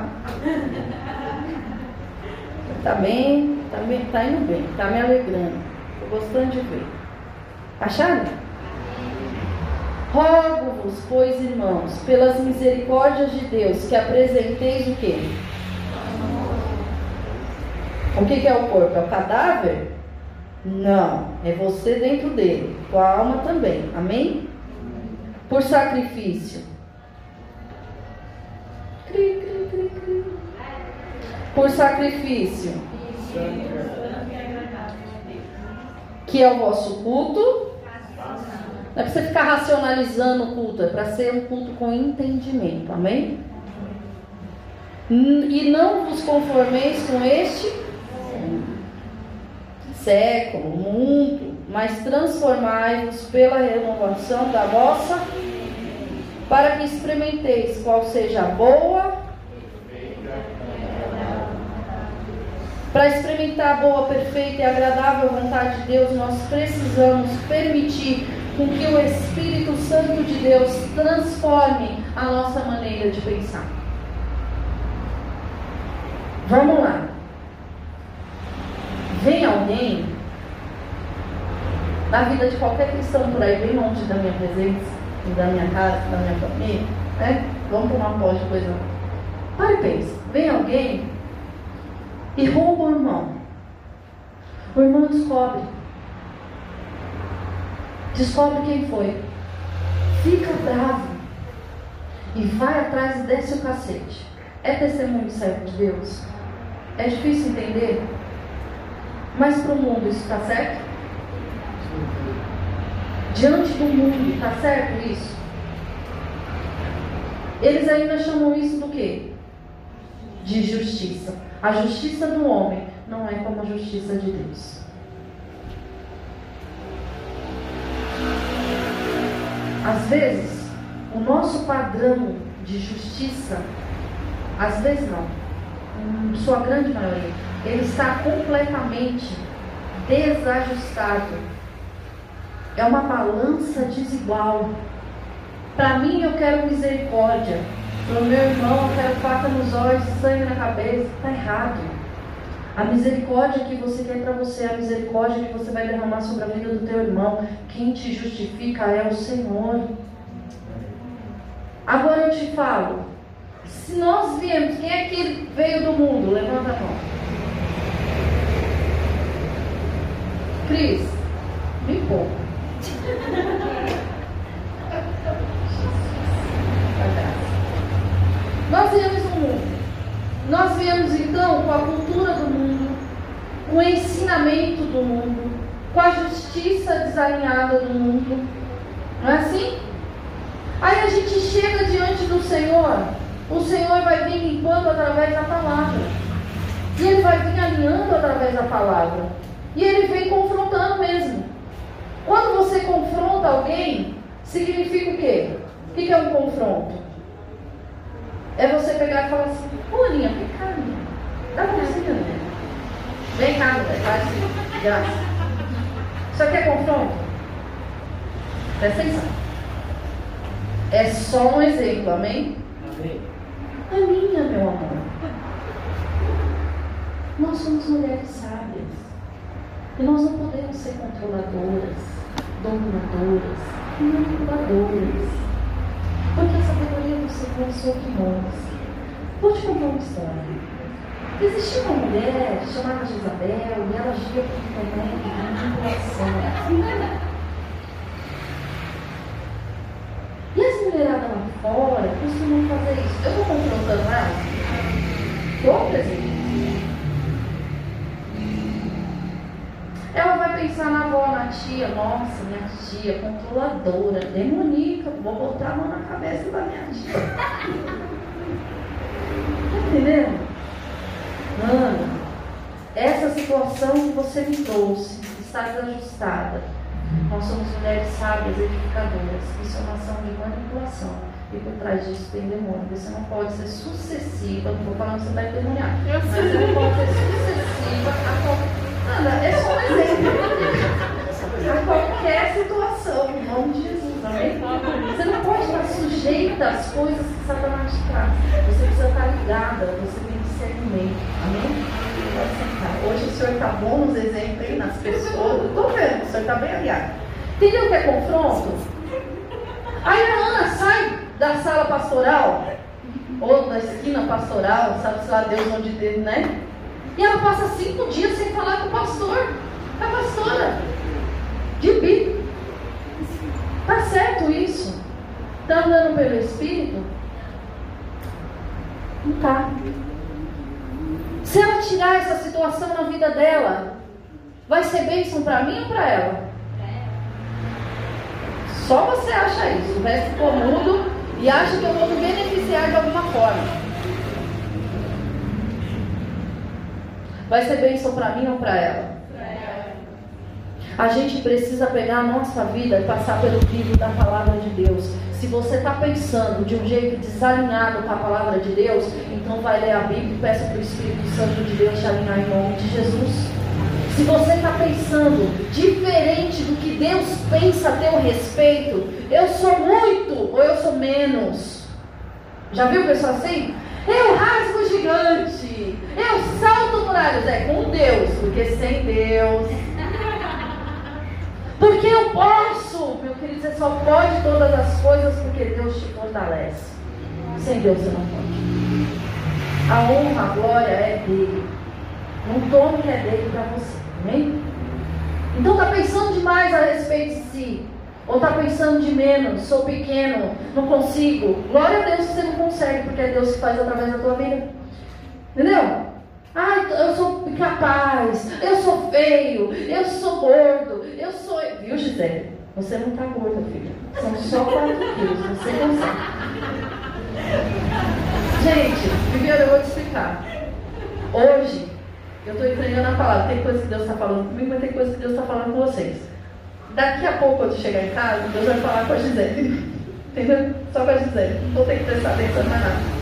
Tá bem, tá indo bem, tá me alegrando. Estou gostando de ver. Acharam? Rogo-vos, pois, irmãos, pelas misericórdias de Deus, que apresenteis o quê? O que é o corpo? É o cadáver? Não, é você dentro dele, tua alma também, amém? Por sacrifício. Por sacrifício. Que é o vosso culto. Não é para você ficar racionalizando o culto, é para ser um culto com entendimento, amém? E não vos conformeis com este século, mundo, mas transformai-vos pela renovação da vossa, para que experimenteis qual seja a boa. Para experimentar a boa, perfeita e agradável vontade de Deus, nós precisamos permitir com que o Espírito Santo de Deus transforme a nossa maneira de pensar. Vamos lá. Vem alguém na vida de qualquer cristão por aí, bem longe da minha presença, da minha casa, da minha família, né? Vamos tomar um pó de coisa. Para e pensa. Vem alguém e rouba o irmão. O irmão descobre quem foi, fica bravo e vai atrás e desce o cacete. É testemunho de servo de Deus? É difícil entender, mas para o mundo isso está certo? Diante do mundo está certo isso? Eles ainda chamam isso do quê? De justiça. A justiça do homem não é como a justiça de Deus. Às vezes, o nosso padrão de justiça, às vezes não, em sua grande maioria, ele está completamente desajustado. É uma balança desigual. Para mim, eu quero misericórdia. Para o meu irmão, eu quero faca nos olhos, sangue na cabeça. Está errado. A misericórdia que você quer para você, a misericórdia que você vai derramar sobre a vida do teu irmão, quem te justifica é o Senhor. Agora eu te falo, se nós viemos, quem é que veio do mundo? Levanta a mão. Cris, me poupa. Nós viemos do mundo. Nós viemos então com a cultura do mundo, com o ensinamento do mundo, com a justiça desalinhada do mundo. Não é assim? Aí a gente chega diante do Senhor, o Senhor vai vir limpando através da palavra. E Ele vai vir alinhando através da palavra. E Ele vem confrontando mesmo. Quando você confronta alguém, significa o quê? O que é um confronto? É você pegar e falar assim: Fulaninha, vem cá, minha. Dá pra você, né? Vem cá, mulher, faz assim, graça. Isso aqui é confronto? Presta atenção. É só um exemplo, amém? Amém. Aninha, meu amor. Nós somos mulheres sábias. E nós não podemos ser controladoras, dominadoras, manipuladoras. Porque a sabedoria do Senhor sobre nós. Vou te contar uma história. Existia uma mulher chamada Jezabel e ela agia por intermédio de manipulação. E as mulheradas lá fora costumam fazer isso. Eu estou confrontando ela? Estou, presidente? Ela vai pensar na avó, na tia. Nossa, minha tia, controladora, demoníaca. Vou botar a mão na cabeça da minha tia. Tá entendendo? Ana, essa situação que você me trouxe está desajustada. Nós somos mulheres sábias, edificadoras. Isso é uma ação de manipulação. E por trás disso tem demônio. Você não pode ser sucessiva. Não estou falando que você vai demoniar. Mas você não pode ser sucessiva a qualquer... Ana, é só um exemplo. A qualquer situação, em nome de Jesus, amém? Você não pode estar sujeita às coisas que Satanás te traz. Você precisa estar ligada, você tem discernimento, amém? Pode sentar. Hoje o senhor está bom nos exemplos aí, nas pessoas. Eu estou vendo, o senhor está bem aliado. Entendeu o que é confronto? Aí a Ana sai da sala pastoral, ou da esquina pastoral, sabe-se lá Deus onde Deus, né? E ela passa 5 dias sem falar com o pastor, a pastora, de bico. Tá certo isso? Tá andando pelo Espírito? Não tá. Se ela tirar essa situação na vida dela, vai ser bênção para mim ou para ela? Só você acha isso. O resto ficou mudo e acha que eu vou me beneficiar de alguma forma. Vai ser bênção para mim ou para ela? A gente precisa pegar a nossa vida e passar pelo crivo da palavra de Deus. Se você está pensando de um jeito desalinhado com a palavra de Deus, então vai ler a Bíblia e peça para o Espírito Santo de Deus te alinhar em nome de Jesus. Se você está pensando diferente do que Deus pensa a teu respeito, eu sou muito ou eu sou menos. Já viu pessoa assim? Eu rasgo o gigante, eu salto muralhas. É com Deus, porque sem Deus... Porque eu posso, meu querido, você só pode todas as coisas porque Deus te fortalece. Sem Deus você não pode. A honra, a glória é dele. Não tome que é dele para você. Amém? Então está pensando demais a respeito de si. Ou está pensando de menos, sou pequeno, não consigo. Glória a Deus que você não consegue, porque é Deus que faz através da tua vida. Entendeu? Ai, eu sou incapaz, eu sou feio, eu sou gordo, eu sou... Viu, Gisele? Você não está gorda, filha. São só 4 quilos, você consegue. Gente, Viviane, eu vou te explicar. Hoje, eu estou entregando a palavra. Tem coisa que Deus está falando comigo, mas tem coisa que Deus está falando com vocês. Daqui a pouco, quando chegar em casa, Deus vai falar com a Gisele. Entendeu? Só com a Gisele. Não vou ter que prestar atenção mais nada.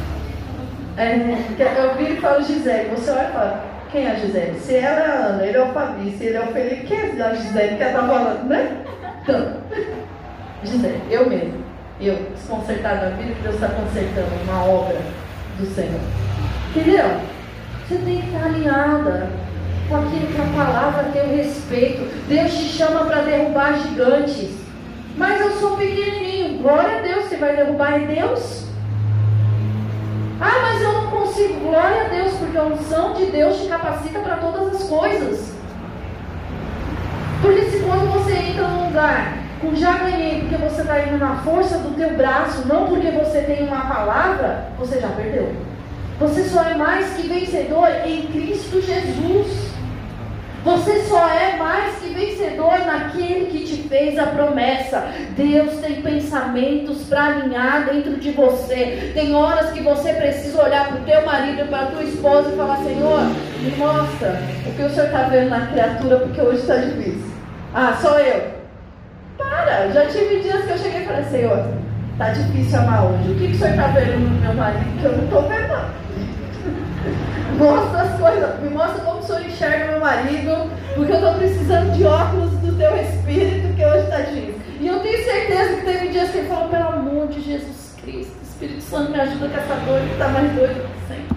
Eu viro e falo Gisele, você olha e fala, quem é a Gisele? Se ela é a Ana, ele é o Fabi, se ele é o Felipe, quem é a Gisele que ela está falando, né? Então, Gisele, eu mesmo, eu desconcertada na vida que Deus está consertando uma obra do Senhor. Entendeu? Você tem que estar alinhada com aquilo que a palavra tem o respeito. Deus te chama para derrubar gigantes, mas eu sou pequenininho. Glória a Deus, você vai derrubar em Deus? Ah, mas eu não consigo. Glória a Deus, porque a unção de Deus te capacita para todas as coisas. Porque se quando você entra num lugar com já ganhei, porque você está indo na força do teu braço, não porque você tem uma palavra, você já perdeu. Você só é mais que vencedor em Cristo Jesus. Você só é mais que vencedor naquele que te fez a promessa. Deus tem pensamentos para alinhar dentro de você. Tem horas que você precisa olhar para o teu marido e para a tua esposa e falar, Senhor, me mostra o que o Senhor está vendo na criatura, porque hoje está difícil. Ah, só eu. Para, já tive dias que eu cheguei e falei, Senhor, está difícil amar hoje. O que o Senhor está vendo no meu marido que eu não estou vendo? Mostra as coisas, me mostra como o Senhor enxerga meu marido, porque eu estou precisando de óculos do teu Espírito, que hoje está difícil. E eu tenho certeza que teve dias que ele falou, pelo amor de Jesus Cristo, Espírito Santo, me ajuda com essa dor que está mais doida que sempre.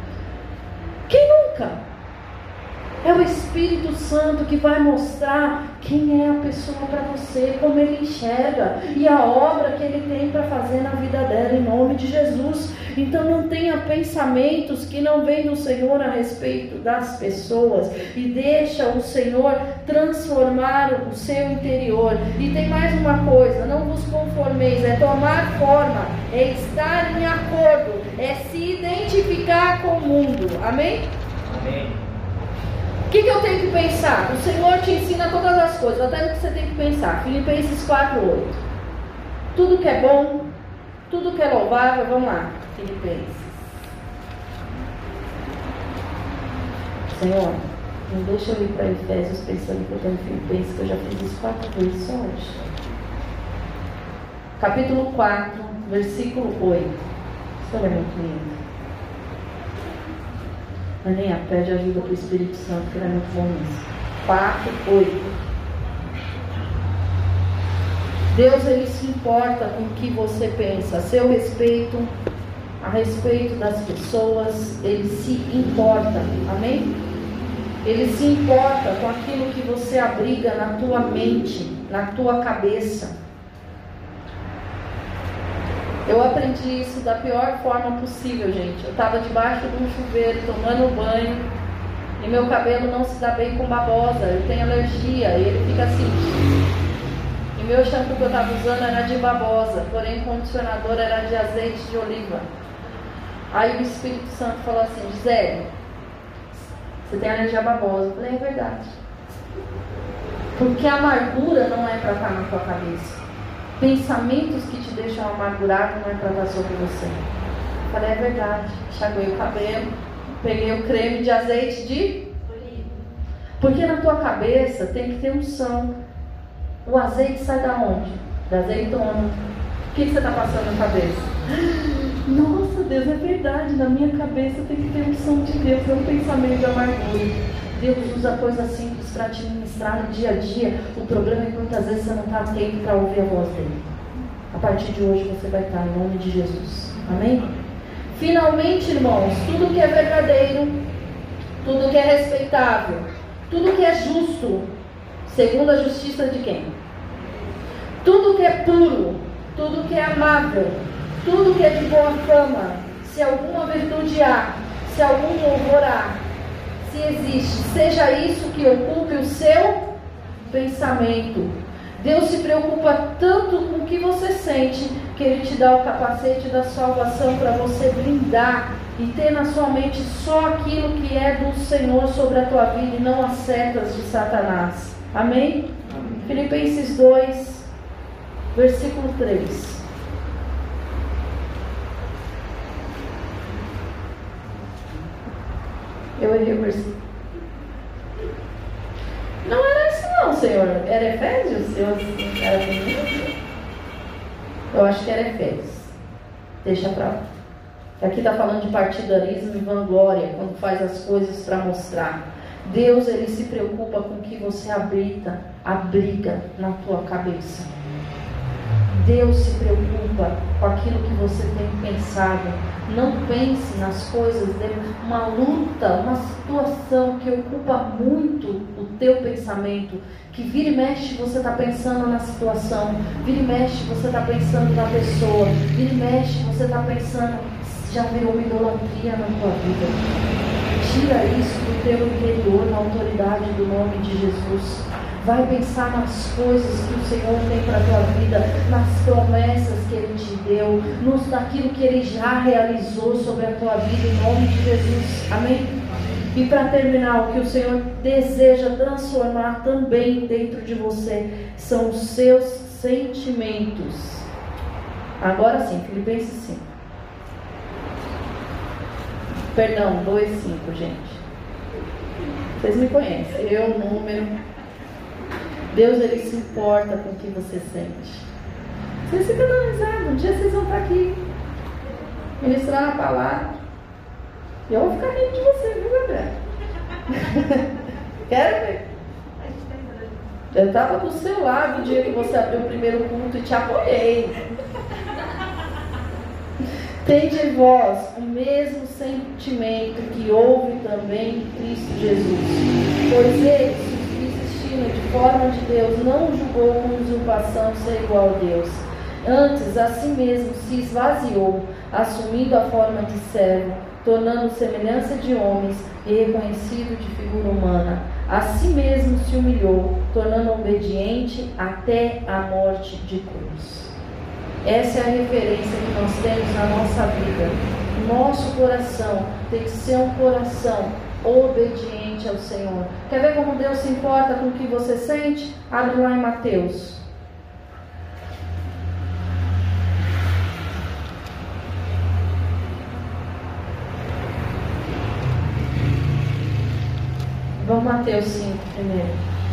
Quem nunca? É o Espírito Santo que vai mostrar quem é a pessoa para você, como ele enxerga e a obra que ele tem para fazer na vida dela, em nome de Jesus. Então não tenha pensamentos que não vêm do Senhor a respeito das pessoas e deixa o Senhor transformar o seu interior. E tem mais uma coisa, não vos conformeis, é tomar forma, é estar em acordo, é se identificar com o mundo. Amém? Amém. O que eu tenho que pensar? O Senhor te ensina todas as coisas, até o que você tem que pensar. Filipenses 4:8. Tudo que é bom, tudo que é louvável, vamos lá. Filipenses. Senhor, não deixa eu ir para Efésios pensando que eu estou em Filipenses, que eu já fiz isso 4 vezes só hoje. Capítulo 4, versículo 8. Isso é muito lindo. Aninha, pede ajuda para o Espírito Santo, que ele é muito bom nisso. 4:8. Deus, ele se importa com o que você pensa, a seu respeito, a respeito das pessoas, ele se importa, amém? Ele se importa com aquilo que você abriga na tua mente, na tua cabeça. Eu aprendi isso da pior forma possível, gente. Eu estava debaixo de um chuveiro, tomando banho, e meu cabelo não se dá bem com babosa. Eu tenho alergia e ele fica assim. E meu shampoo que eu estava usando era de babosa, porém o condicionador era de azeite de oliva. Aí o Espírito Santo falou assim: Gisele, você tem alergia à babosa. Eu falei: é verdade. Porque a amargura não é para estar na tua cabeça. Pensamentos que te deixam amargurado não é para estar sobre você. Eu falei: é verdade. Enxaguei o cabelo, peguei o creme de azeite de oliva. Porque na tua cabeça tem que ter unção. O azeite sai da onde? Da azeitona. O que você está passando na cabeça? Nossa, Deus, é verdade. Na minha cabeça tem que ter unção de Deus. É um pensamento de amargura. Deus usa coisas simples para te ministrar no dia a dia. O problema é que muitas vezes você não está atento para ouvir a voz dele. A partir de hoje você vai estar, em nome de Jesus. Amém? Finalmente, irmãos, tudo que é verdadeiro, tudo que é respeitável, tudo que é justo, segundo a justiça de quem? Tudo que é puro, tudo que é amável, tudo que é de boa fama, se alguma virtude há, se algum louvor há, se existe, seja isso que ocupe o seu pensamento. Deus se preocupa tanto com o que você sente, que Ele te dá o capacete da salvação para você blindar e ter na sua mente só aquilo que é do Senhor sobre a tua vida e não as setas de Satanás. Amém? Filipenses 2, versículo 3. Eu errei o versículo. Não era isso não, Senhor. Era Efésios? Era comigo? Eu acho que era Efésios. Deixa pra lá. Aqui está falando de partidarismo e vanglória, quando faz as coisas para mostrar. Deus, Ele se preocupa com o que você abriga na tua cabeça. Deus se preocupa com aquilo que você tem pensado. Não pense nas coisas dele. Uma luta, uma situação que ocupa muito o teu pensamento, que vira e mexe você está pensando na situação, vira e mexe você está pensando na pessoa, vira e mexe você está pensando, já virou uma idolatria na tua vida. Tira isso do teu interior, na autoridade do nome de Jesus. Vai pensar nas coisas que o Senhor tem para a tua vida, nas promessas que Ele te deu, naquilo que Ele já realizou sobre a tua vida, em nome de Jesus. Amém? E para terminar, o que o Senhor deseja transformar também dentro de você são os seus sentimentos. Agora sim, Filipenses 5. Perdão, 2:5, gente. Vocês me conhecem, eu, número... Deus, Ele se importa com o que você sente. Vocês ficam dando risada. Um dia vocês vão estar aqui ministrar a palavra e eu vou ficar rindo de você, viu, Gabriel? Quero ver? Eu estava do seu lado o dia que você abriu o primeiro culto e te apoiei. Tende em vós o mesmo sentimento que houve também em Cristo Jesus. Pois Ele, de forma de Deus, não julgou com usurpação ser igual a Deus. Antes, a si mesmo se esvaziou, assumindo a forma de servo, tornando semelhança de homens e reconhecido de figura humana. A si mesmo se humilhou, tornando obediente até a morte de cruz. Essa é a referência que nós temos na nossa vida. Nosso coração tem que ser um coração obediente ao Senhor. Quer ver como Deus se importa com o que você sente? Abre lá em Mateus. Vamos Mateus 5 primeiro.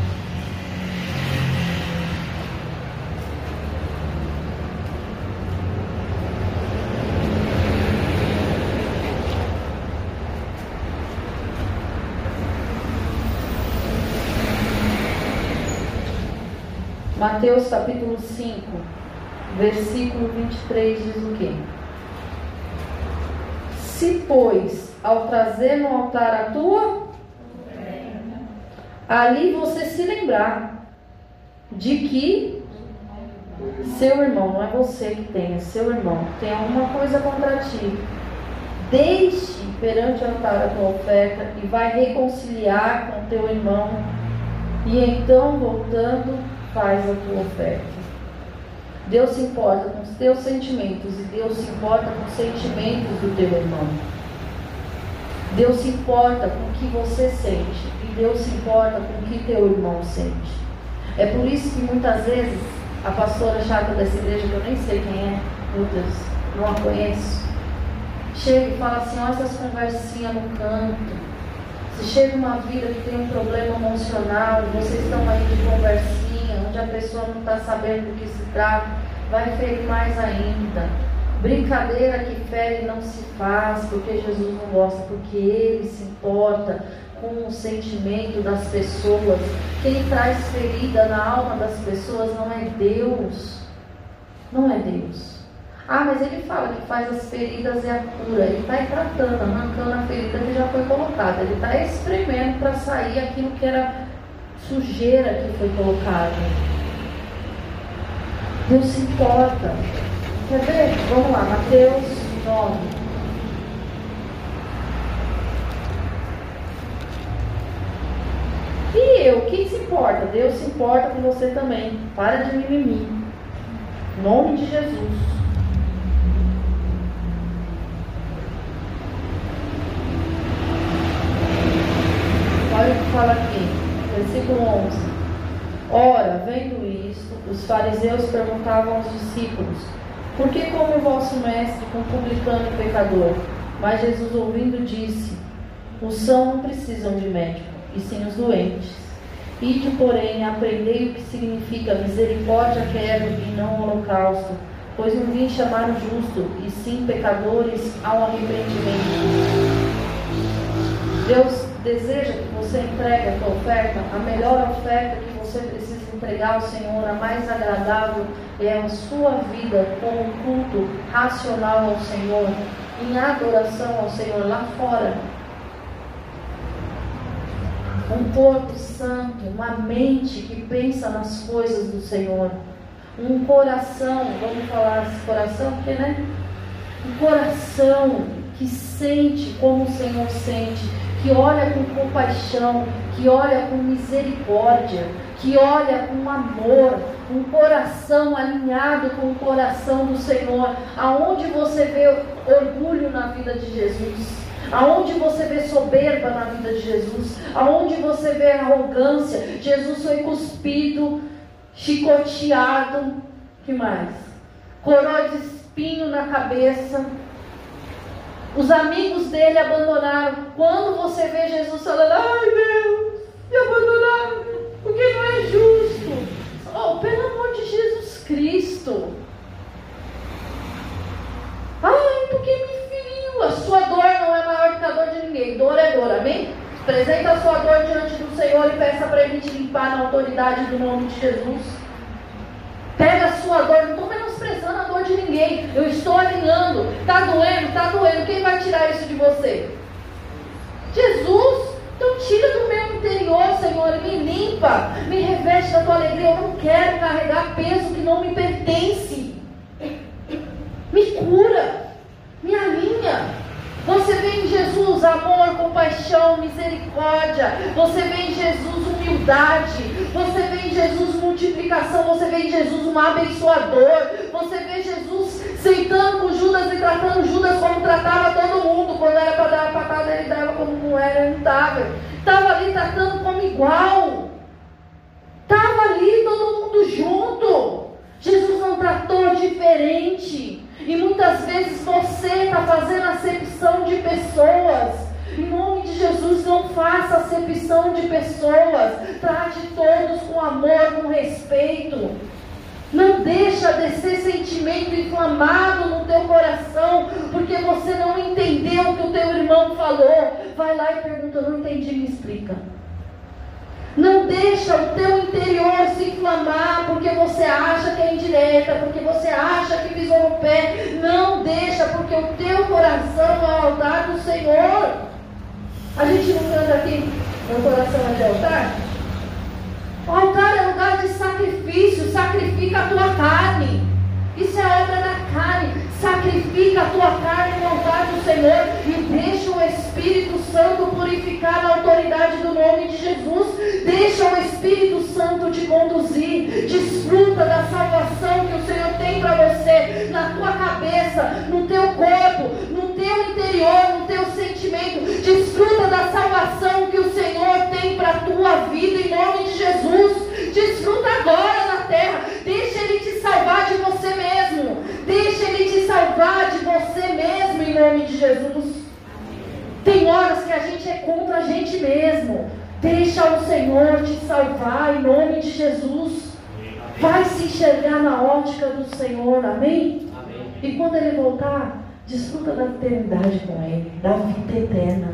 Mateus capítulo 5, versículo 23 diz o quê? Se, pois, ao trazer no altar a tua, ali você se lembrar de que Seu irmão, não é você que tem, é seu irmão, tem alguma coisa contra ti, deixe perante o altar a tua oferta e vai reconciliar com teu irmão, e então, voltando, faz a tua oferta. Deus se importa com os teus sentimentos e Deus se importa com os sentimentos do teu irmão. Deus se importa com o que você sente e Deus se importa com o que teu irmão sente. É por isso que muitas vezes a pastora chata dessa igreja, que eu nem sei quem é, meu Deus, não a conheço, chega e fala assim: olha essas conversinhas no canto. Se chega uma vida que tem um problema emocional, vocês estão aí de conversinha, onde a pessoa não está sabendo do que se trata, vai ferir mais ainda. Brincadeira que fere não se faz, porque Jesus não gosta, porque Ele se importa com o sentimento das pessoas. Quem traz ferida na alma das pessoas não é Deus. Não é Deus. Ah, mas Ele fala que faz as feridas e a cura. Ele está tratando, arrancando a ferida que já foi colocada. Ele está espremendo para sair aquilo que era sujeira que foi colocado. Deus se importa. Quer ver? Vamos lá, Mateus 9. E eu? Quem se importa? Deus se importa com você também. Para de mimimi. Em nome de Jesus. Olha o que fala aqui, versículo 11. Ora, vendo isto, os fariseus perguntavam aos discípulos: por que come o vosso mestre com publicano e pecador? Mas Jesus, ouvindo, disse: os sãos não precisam de médico, e sim os doentes. Ide, porém, aprendei o que significa misericórdia quero e não holocausto, pois não vim chamar o justo, e sim pecadores ao arrependimento. Deus deseja que você entregue a tua oferta, a melhor oferta que você precisa entregar ao Senhor, a mais agradável, é a sua vida como um culto racional ao Senhor, em adoração ao Senhor lá fora. Um corpo santo, uma mente que pensa nas coisas do Senhor, um coração, vamos falar esse coração, porque né? Um coração que sente como o Senhor sente, que olha com compaixão, que olha com misericórdia, que olha com amor, um coração alinhado com o coração do Senhor, aonde você vê orgulho na vida de Jesus, aonde você vê soberba na vida de Jesus, aonde você vê arrogância. Jesus foi cuspido, chicoteado, que mais? Coroa de espinho na cabeça. Os amigos dele abandonaram. Quando você vê Jesus falando: ai Deus, me abandonaram, porque não é justo. Oh, pelo amor de Jesus Cristo. Ai, porque me feriu. A sua dor não é maior que a dor de ninguém. Dor é dor, amém? Apresenta a sua dor diante do Senhor e peça para Ele te limpar na autoridade do nome de Jesus. Pega a sua dor, não estou menosprezando a dor de ninguém, eu estou alinhando. Está doendo, está doendo, quem vai tirar isso de você? Jesus. Então tira do meu interior, Senhor, me limpa, me reveste da tua alegria. Eu não quero carregar peso que não me pertence. Me cura, me alinha. Você vê em Jesus amor, compaixão, misericórdia. Você vê em Jesus humildade. Você vê em Jesus multiplicação. Você vê em Jesus um abençoador. Você vê Jesus sentando com Judas e tratando Judas como tratava todo mundo. Quando era para dar uma patada, ele dava, como não era, ele não dava. Estava ali tratando como igual. Estava ali todo mundo junto. Jesus não tratou diferente. E muitas vezes você está fazendo acepção de pessoas. Em nome de Jesus, não faça acepção de pessoas. Trate todos com amor, com respeito. Não deixa descer sentimento inflamado no teu coração, porque você não entendeu o que o teu irmão falou. Vai lá e pergunta: não entendi, me explica. Não deixa o teu interior se inflamar porque você acha que é indireta, porque você acha que pisou no pé. Não deixa, porque o teu coração é o altar do Senhor. A gente não canta aqui: meu coração é de altar? O altar é lugar de sacrifício. Sacrifica sacrifica a tua carne. Isso é obra da carne. Sacrifica a tua carne no altar do Senhor e deixa o Espírito Santo purificar na autoridade do nome de Jesus. Deixa o Espírito Santo te conduzir. Desfruta da salvação que o Senhor tem para você, na tua cabeça, no teu corpo, no teu interior, no teu sentimento. Desfruta da salvação que o Senhor tem para a tua vida em nome de Jesus. Desfruta agora na terra. Deixa Ele te salvar de você mesmo. Deixa Ele te salvar de você mesmo em nome de Jesus. Tem horas que a gente é contra a gente mesmo. Deixa o Senhor te salvar em nome de Jesus. Vai se enxergar na ótica do Senhor, amém? Amém. E quando Ele voltar, desfruta da eternidade com Ele, da vida eterna.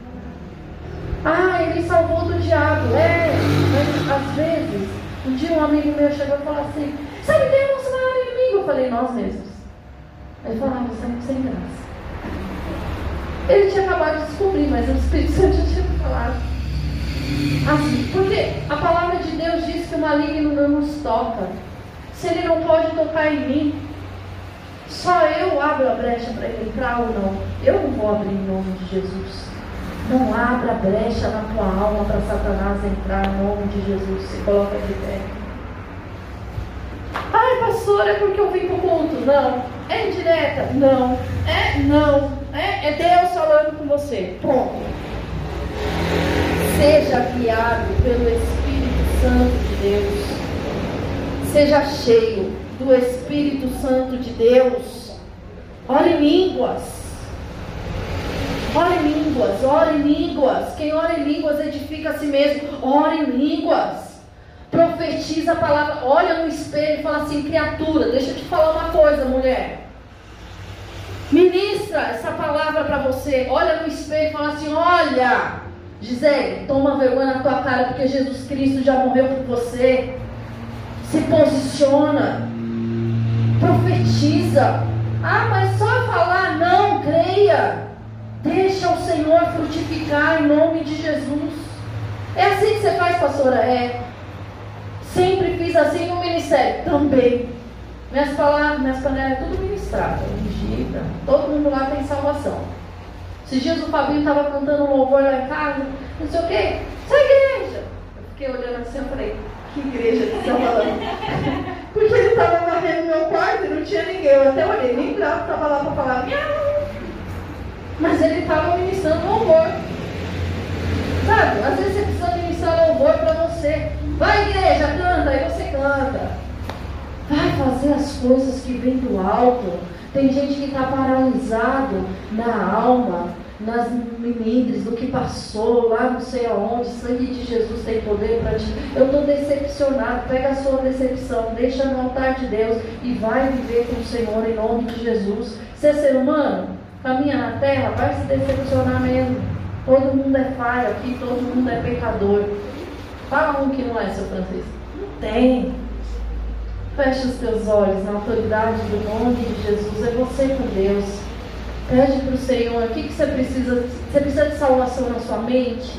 Ele salvou do diabo. Mas às vezes, um dia um amigo meu chegou e falou assim: sabe quem é o nosso maior inimigo? Eu falei: nós mesmos. Ele falou: você é muito sem graça. Ele tinha acabado de descobrir, mas o Espírito Santo já tinha falado assim, porque a palavra de Deus diz que o maligno não nos toca. Se ele não pode tocar em mim, só eu abro a brecha para ele entrar ou não? Eu não vou abrir em nome de Jesus. Não abra brecha na tua alma para Satanás entrar em nome de Jesus. Se coloca de pé. Pastor, é porque eu vim para o culto? Não. É indireta? Não. É Deus falando com você. Pronto. Seja guiado pelo Espírito Santo de Deus. Seja cheio do Espírito Santo de Deus. Ore em línguas. Ore em línguas, ore em línguas. Quem ora em línguas edifica a si mesmo. Ore em línguas. Profetiza a palavra. Olha no espelho e fala assim: criatura, deixa eu te falar uma coisa, mulher. Ministra essa palavra para você. Olha no espelho e fala assim: olha, Gisele, toma vergonha na tua cara, porque Jesus Cristo já morreu por você. Se posiciona. Profetiza. Mas só falar? Não, creia. Deixa o Senhor frutificar em nome de Jesus. É assim que você faz, pastora? Sempre fiz assim no ministério. Também. Minhas panelas é tudo ministrado. Ungida. Todo mundo lá tem salvação. Esses dias o Fabinho estava cantando um louvor lá em casa. Não sei o quê. Essa igreja. Eu fiquei olhando assim e falei: que igreja que você está falando? Porque ele estava varrendo meu quarto e não tinha ninguém. Eu até olhei, nem bravo estava lá para falar: miau. Mas ele estava ministrando louvor. Sabe? Às vezes você precisa ministrar louvor para você. Vai, igreja, canta, aí você canta. Vai fazer as coisas que vêm do alto. Tem gente que está paralisado na alma, nas milindres, do que passou, lá não sei aonde. Sangue de Jesus tem poder para ti. Eu estou decepcionado. Pega a sua decepção, deixa no altar de Deus e vai viver com o Senhor em nome de Jesus. Você é ser humano? Caminha na terra, vai se decepcionar mesmo. Todo mundo é falho aqui, todo mundo é pecador. Fala um que não é, seu Francisco. Não tem. Fecha os teus olhos na autoridade do nome de Jesus. É você com Deus. Pede para o Senhor. O que você precisa? Você precisa de salvação na sua mente?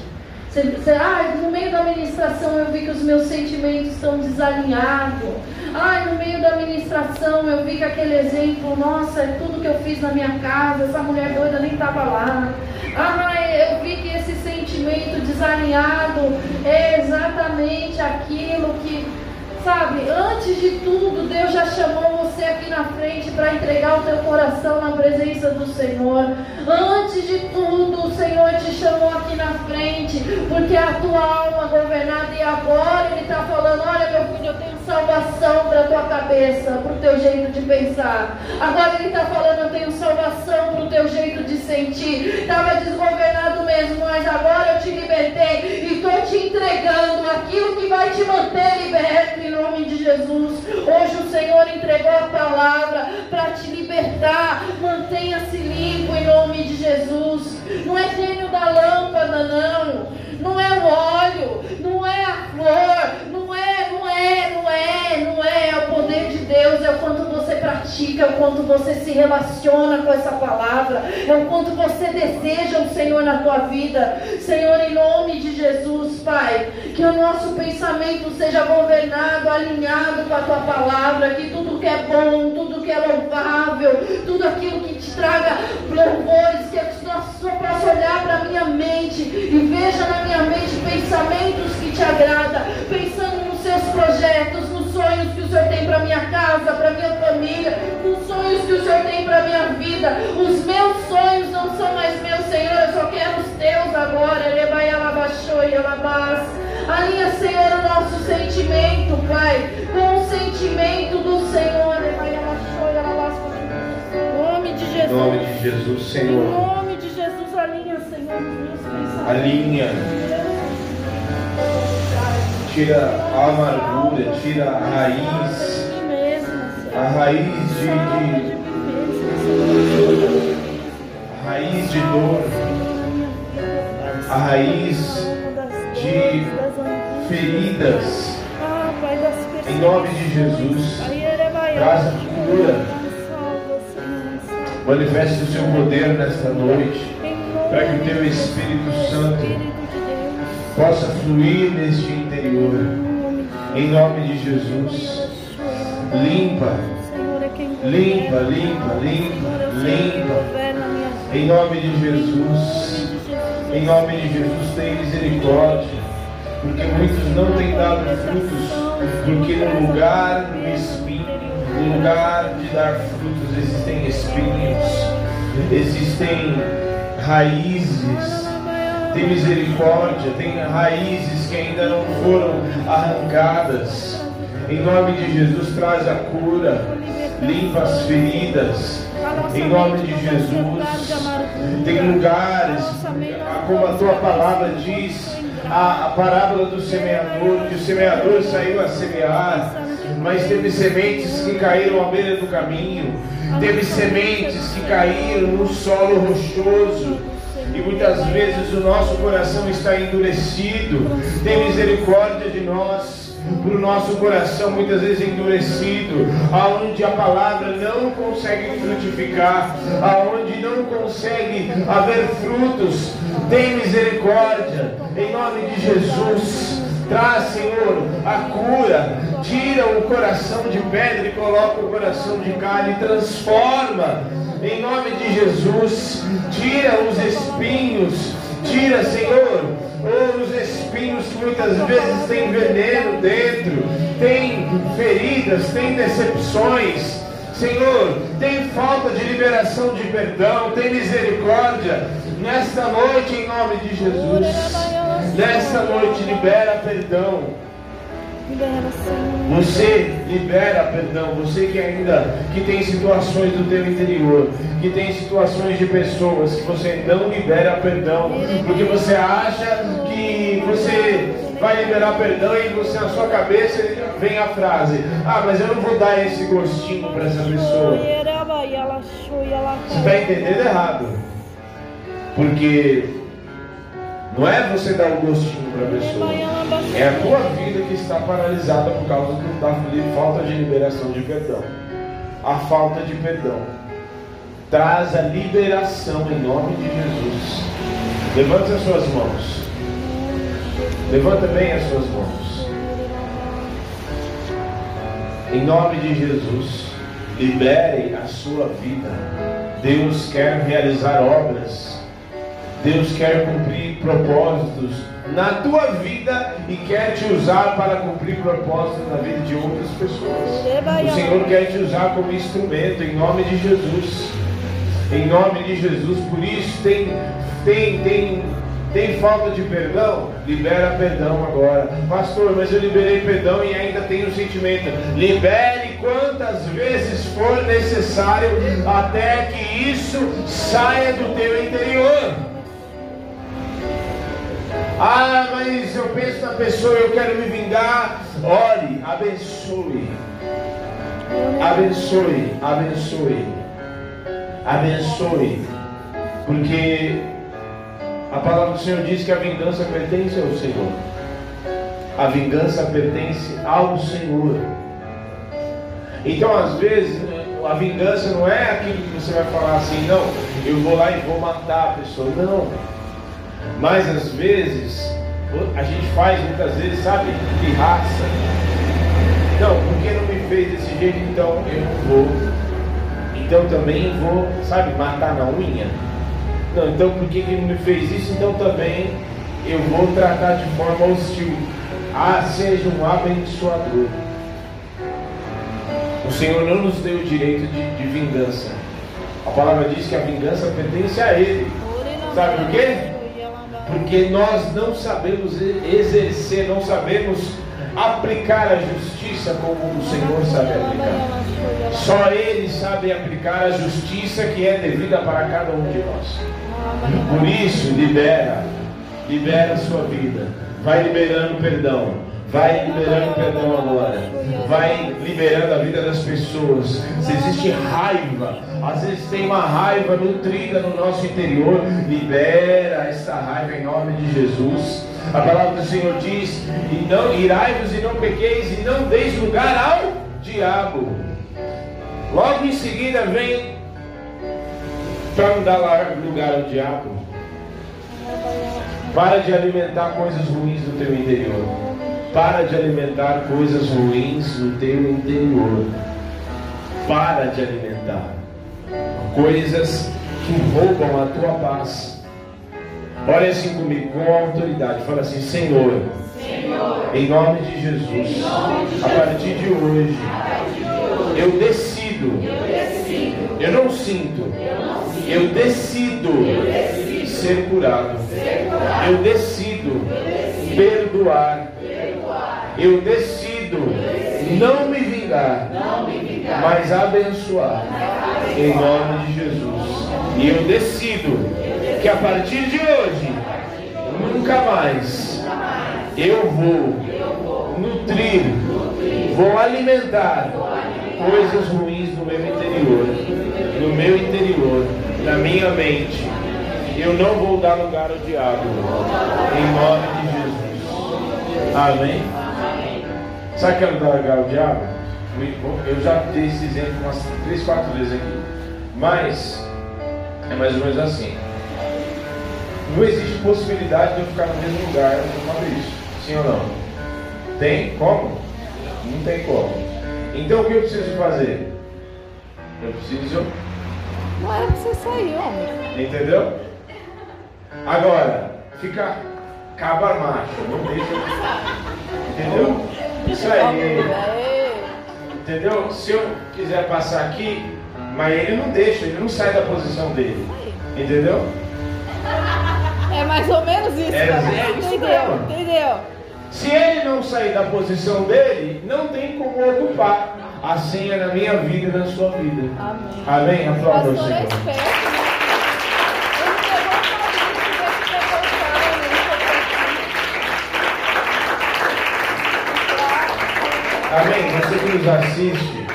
No meio da ministração eu vi que os meus sentimentos estão desalinhados. No meio da ministração eu vi que aquele exemplo, nossa, é tudo que eu fiz na minha casa, essa mulher doida nem estava lá. Eu vi que esse sentimento desalinhado é exatamente aquilo que, sabe, antes de tudo, Deus já chamou você aqui na frente para entregar o teu coração na presença do Senhor. Antes de tudo, o Senhor te chamou aqui na frente, porque a tua alma governada, e agora Ele está falando: olha, meu filho, eu tenho salvação para a tua cabeça, para o teu jeito de pensar. Agora Ele está falando: eu tenho salvação para o teu jeito de sentir. Estava desgovernado mesmo, mas agora eu te libertei e estou te entregando aquilo que vai te manter liberto em nome de Jesus. Hoje o Senhor entregou a palavra para te libertar. Mantenha-se limpo em nome de Jesus. Não é gênio da lâmpada, não. Não é o óleo, não é a flor, não é. É o poder de Deus, é o quanto você pratica é o quanto você se relaciona com essa palavra, é o quanto você deseja o Senhor na tua vida. Senhor, em nome de Jesus, Pai, que o nosso pensamento seja governado, alinhado com a tua palavra, que tudo que é bom, tudo que é louvável, tudo aquilo que te traga louvores, que eu possa olhar para a minha mente e veja na minha mente pensamentos que te agradam, pensando nos seus projetos, nos sonhos que o Senhor tem para minha casa, para minha família, nos sonhos que o Senhor tem para minha vida. Os meus sonhos não são mais meus, Senhor, eu só quero os teus agora. Alinha, Senhor, o nosso sentimento, Pai, com o sentimento do Senhor. Em nome de Jesus. Em nome de Jesus, Senhor. Em nome de Jesus, alinha, Senhor, os meus pensamentos. Alinha. Tira a amargura, tira a raiz. A raiz de dor. A raiz de feridas. Em nome de Jesus, traz a cura. Manifeste o seu poder nesta noite, para que o teu Espírito Santo possa fluir neste interior. Em nome de Jesus, limpa. Limpa, limpa, limpa, limpa. Em nome de Jesus. Em nome de Jesus, tem misericórdia. Porque muitos não têm dado frutos. Porque no lugar do espinho, no lugar de dar frutos, existem espinhos. Existem raízes. Tem misericórdia. Tem raízes que ainda não foram arrancadas. Em nome de Jesus, traz a cura. Limpa as feridas. Em nome de Jesus. Tem lugares, como a tua palavra diz, a parábola do semeador, que o semeador saiu a semear, mas teve sementes que caíram à beira do caminho, teve sementes que caíram no solo rochoso. E muitas vezes o nosso coração está endurecido. Tem misericórdia de nós. Para o nosso coração muitas vezes endurecido, aonde a palavra não consegue frutificar, aonde não consegue haver frutos. Tem misericórdia, em nome de Jesus. Traz, Senhor, a cura. Tira o coração de pedra e coloca o coração de carne. Transforma, em nome de Jesus. Tira os espinhos. Tira, Senhor, os espinhos que muitas vezes tem veneno dentro, tem feridas, tem decepções. Senhor, tem falta de liberação de perdão, tem misericórdia. Nesta noite, em nome de Jesus, nesta noite, libera perdão. Você libera perdão. Você que tem situações do teu interior, que tem situações de pessoas que você não libera perdão, porque você acha que você vai liberar perdão e você na sua cabeça vem a frase: ah, mas eu não vou dar esse gostinho para essa pessoa. Você está entendendo errado, porque não é você dar o gostinho para a pessoa, é a tua vida que está paralisada por causa da falta de liberação de perdão. A falta de perdão traz a liberação em nome de Jesus. Levante as suas mãos. Levanta bem as suas mãos. Em nome de Jesus, libere a sua vida. Deus quer realizar obras. Deus quer cumprir propósitos na tua vida e quer te usar para cumprir propósitos na vida de outras pessoas. O Senhor quer te usar como instrumento em nome de Jesus. Em nome de Jesus. Por isso tem falta de perdão? Libera perdão agora. Pastor, mas eu liberei perdão e ainda tenho sentimento. Libere quantas vezes for necessário até que isso saia do teu interior. Ah, mas eu penso na pessoa, eu quero me vingar. Ore, abençoe. Abençoe, abençoe. Abençoe. Porque a palavra do Senhor diz que a vingança pertence ao Senhor. A vingança pertence ao Senhor. Então, às vezes, a vingança não é aquilo que você vai falar assim, não, eu vou lá e vou matar a pessoa. Não. Mas às vezes, a gente faz muitas vezes, sabe, pirraça. Não, porque não me fez desse jeito, então eu não vou. Então também vou, sabe, matar na unha. Não, então porque ele não me fez isso, então também eu vou tratar de forma hostil. Seja um abençoador. O Senhor não nos deu o direito de vingança. A palavra diz que a vingança pertence a Ele. Sabe por quê? Porque nós não sabemos exercer, não sabemos aplicar a justiça como o Senhor sabe aplicar. Só Ele sabe aplicar a justiça que é devida para cada um de nós. Por isso, libera a sua vida. Vai liberando perdão. Vai liberando perdão agora. Vai liberando a vida das pessoas. Se existe raiva, às vezes tem uma raiva nutrida no nosso interior, libera essa raiva em nome de Jesus. A palavra do Senhor diz: irai-vos e não pequeis, e não deis lugar ao diabo. Logo em seguida vem, para não dar lugar ao diabo, para de alimentar coisas ruins no teu interior. Para de alimentar coisas ruins no teu interior. Para de alimentar coisas que roubam a tua paz. Olha assim comigo, com autoridade. Fala assim: Senhor, em nome de Jesus, a partir de hoje, eu decido, eu não sinto, eu decido ser curado, eu decido perdoar, eu decido não me vingar, mas abençoar, em nome de Jesus. E eu decido que a partir de hoje, nunca mais, eu vou nutrir, vou alimentar coisas ruins no meu interior, na minha mente. Eu não vou dar lugar ao diabo, em nome de Jesus. Amém? Sabe que eu não dou lugar ao diabo? Eu já dei esse exemplo umas 3, 4 vezes aqui. Mas é mais ou menos assim. Não existe possibilidade de eu ficar no mesmo lugar com uma vez. Sim ou não? Tem como? Não tem como. Então o que eu preciso fazer? Eu preciso... Não era pra você sair, homem. Entendeu? Agora, fica cabra macho, não deixa eu ficar. Entendeu? Isso aí. Entendeu? Se eu quiser passar aqui, mas ele não deixa, ele não sai da posição dele. Entendeu? É mais ou menos isso. É isso mesmo. Entendeu? Se ele não sair da posição dele, não tem como ocupar a senha na minha vida e na sua vida. Amém. Amém? Aplauda o Senhor. Amém? Você que nos assiste,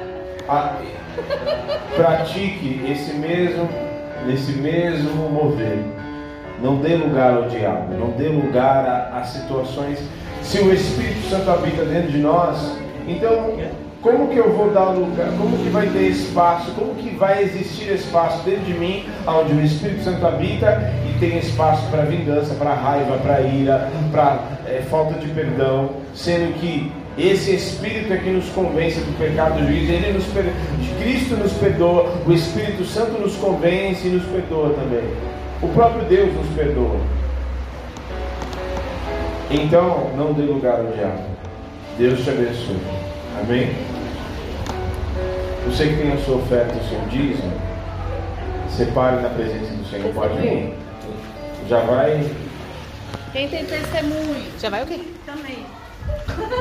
pratique esse mesmo mover. Não dê lugar ao diabo, não dê lugar a situações. Se o Espírito Santo habita dentro de nós, então como que eu vou dar lugar? Como que vai ter espaço? Como que vai existir espaço dentro de mim, onde o Espírito Santo habita e tem espaço para vingança, para raiva, para ira, para falta de perdão, sendo que esse Espírito é que nos convence do pecado do juízo. Cristo nos perdoa, o Espírito Santo nos convence e nos perdoa também. O próprio Deus nos perdoa. Então, não dê lugar ao diabo. Deus te abençoe. Amém? Você que tem a sua oferta, o seu dízimo, separe na presença do Senhor. Pode vir. Já vai. Quem tem testemunho? Já vai o quê? Também.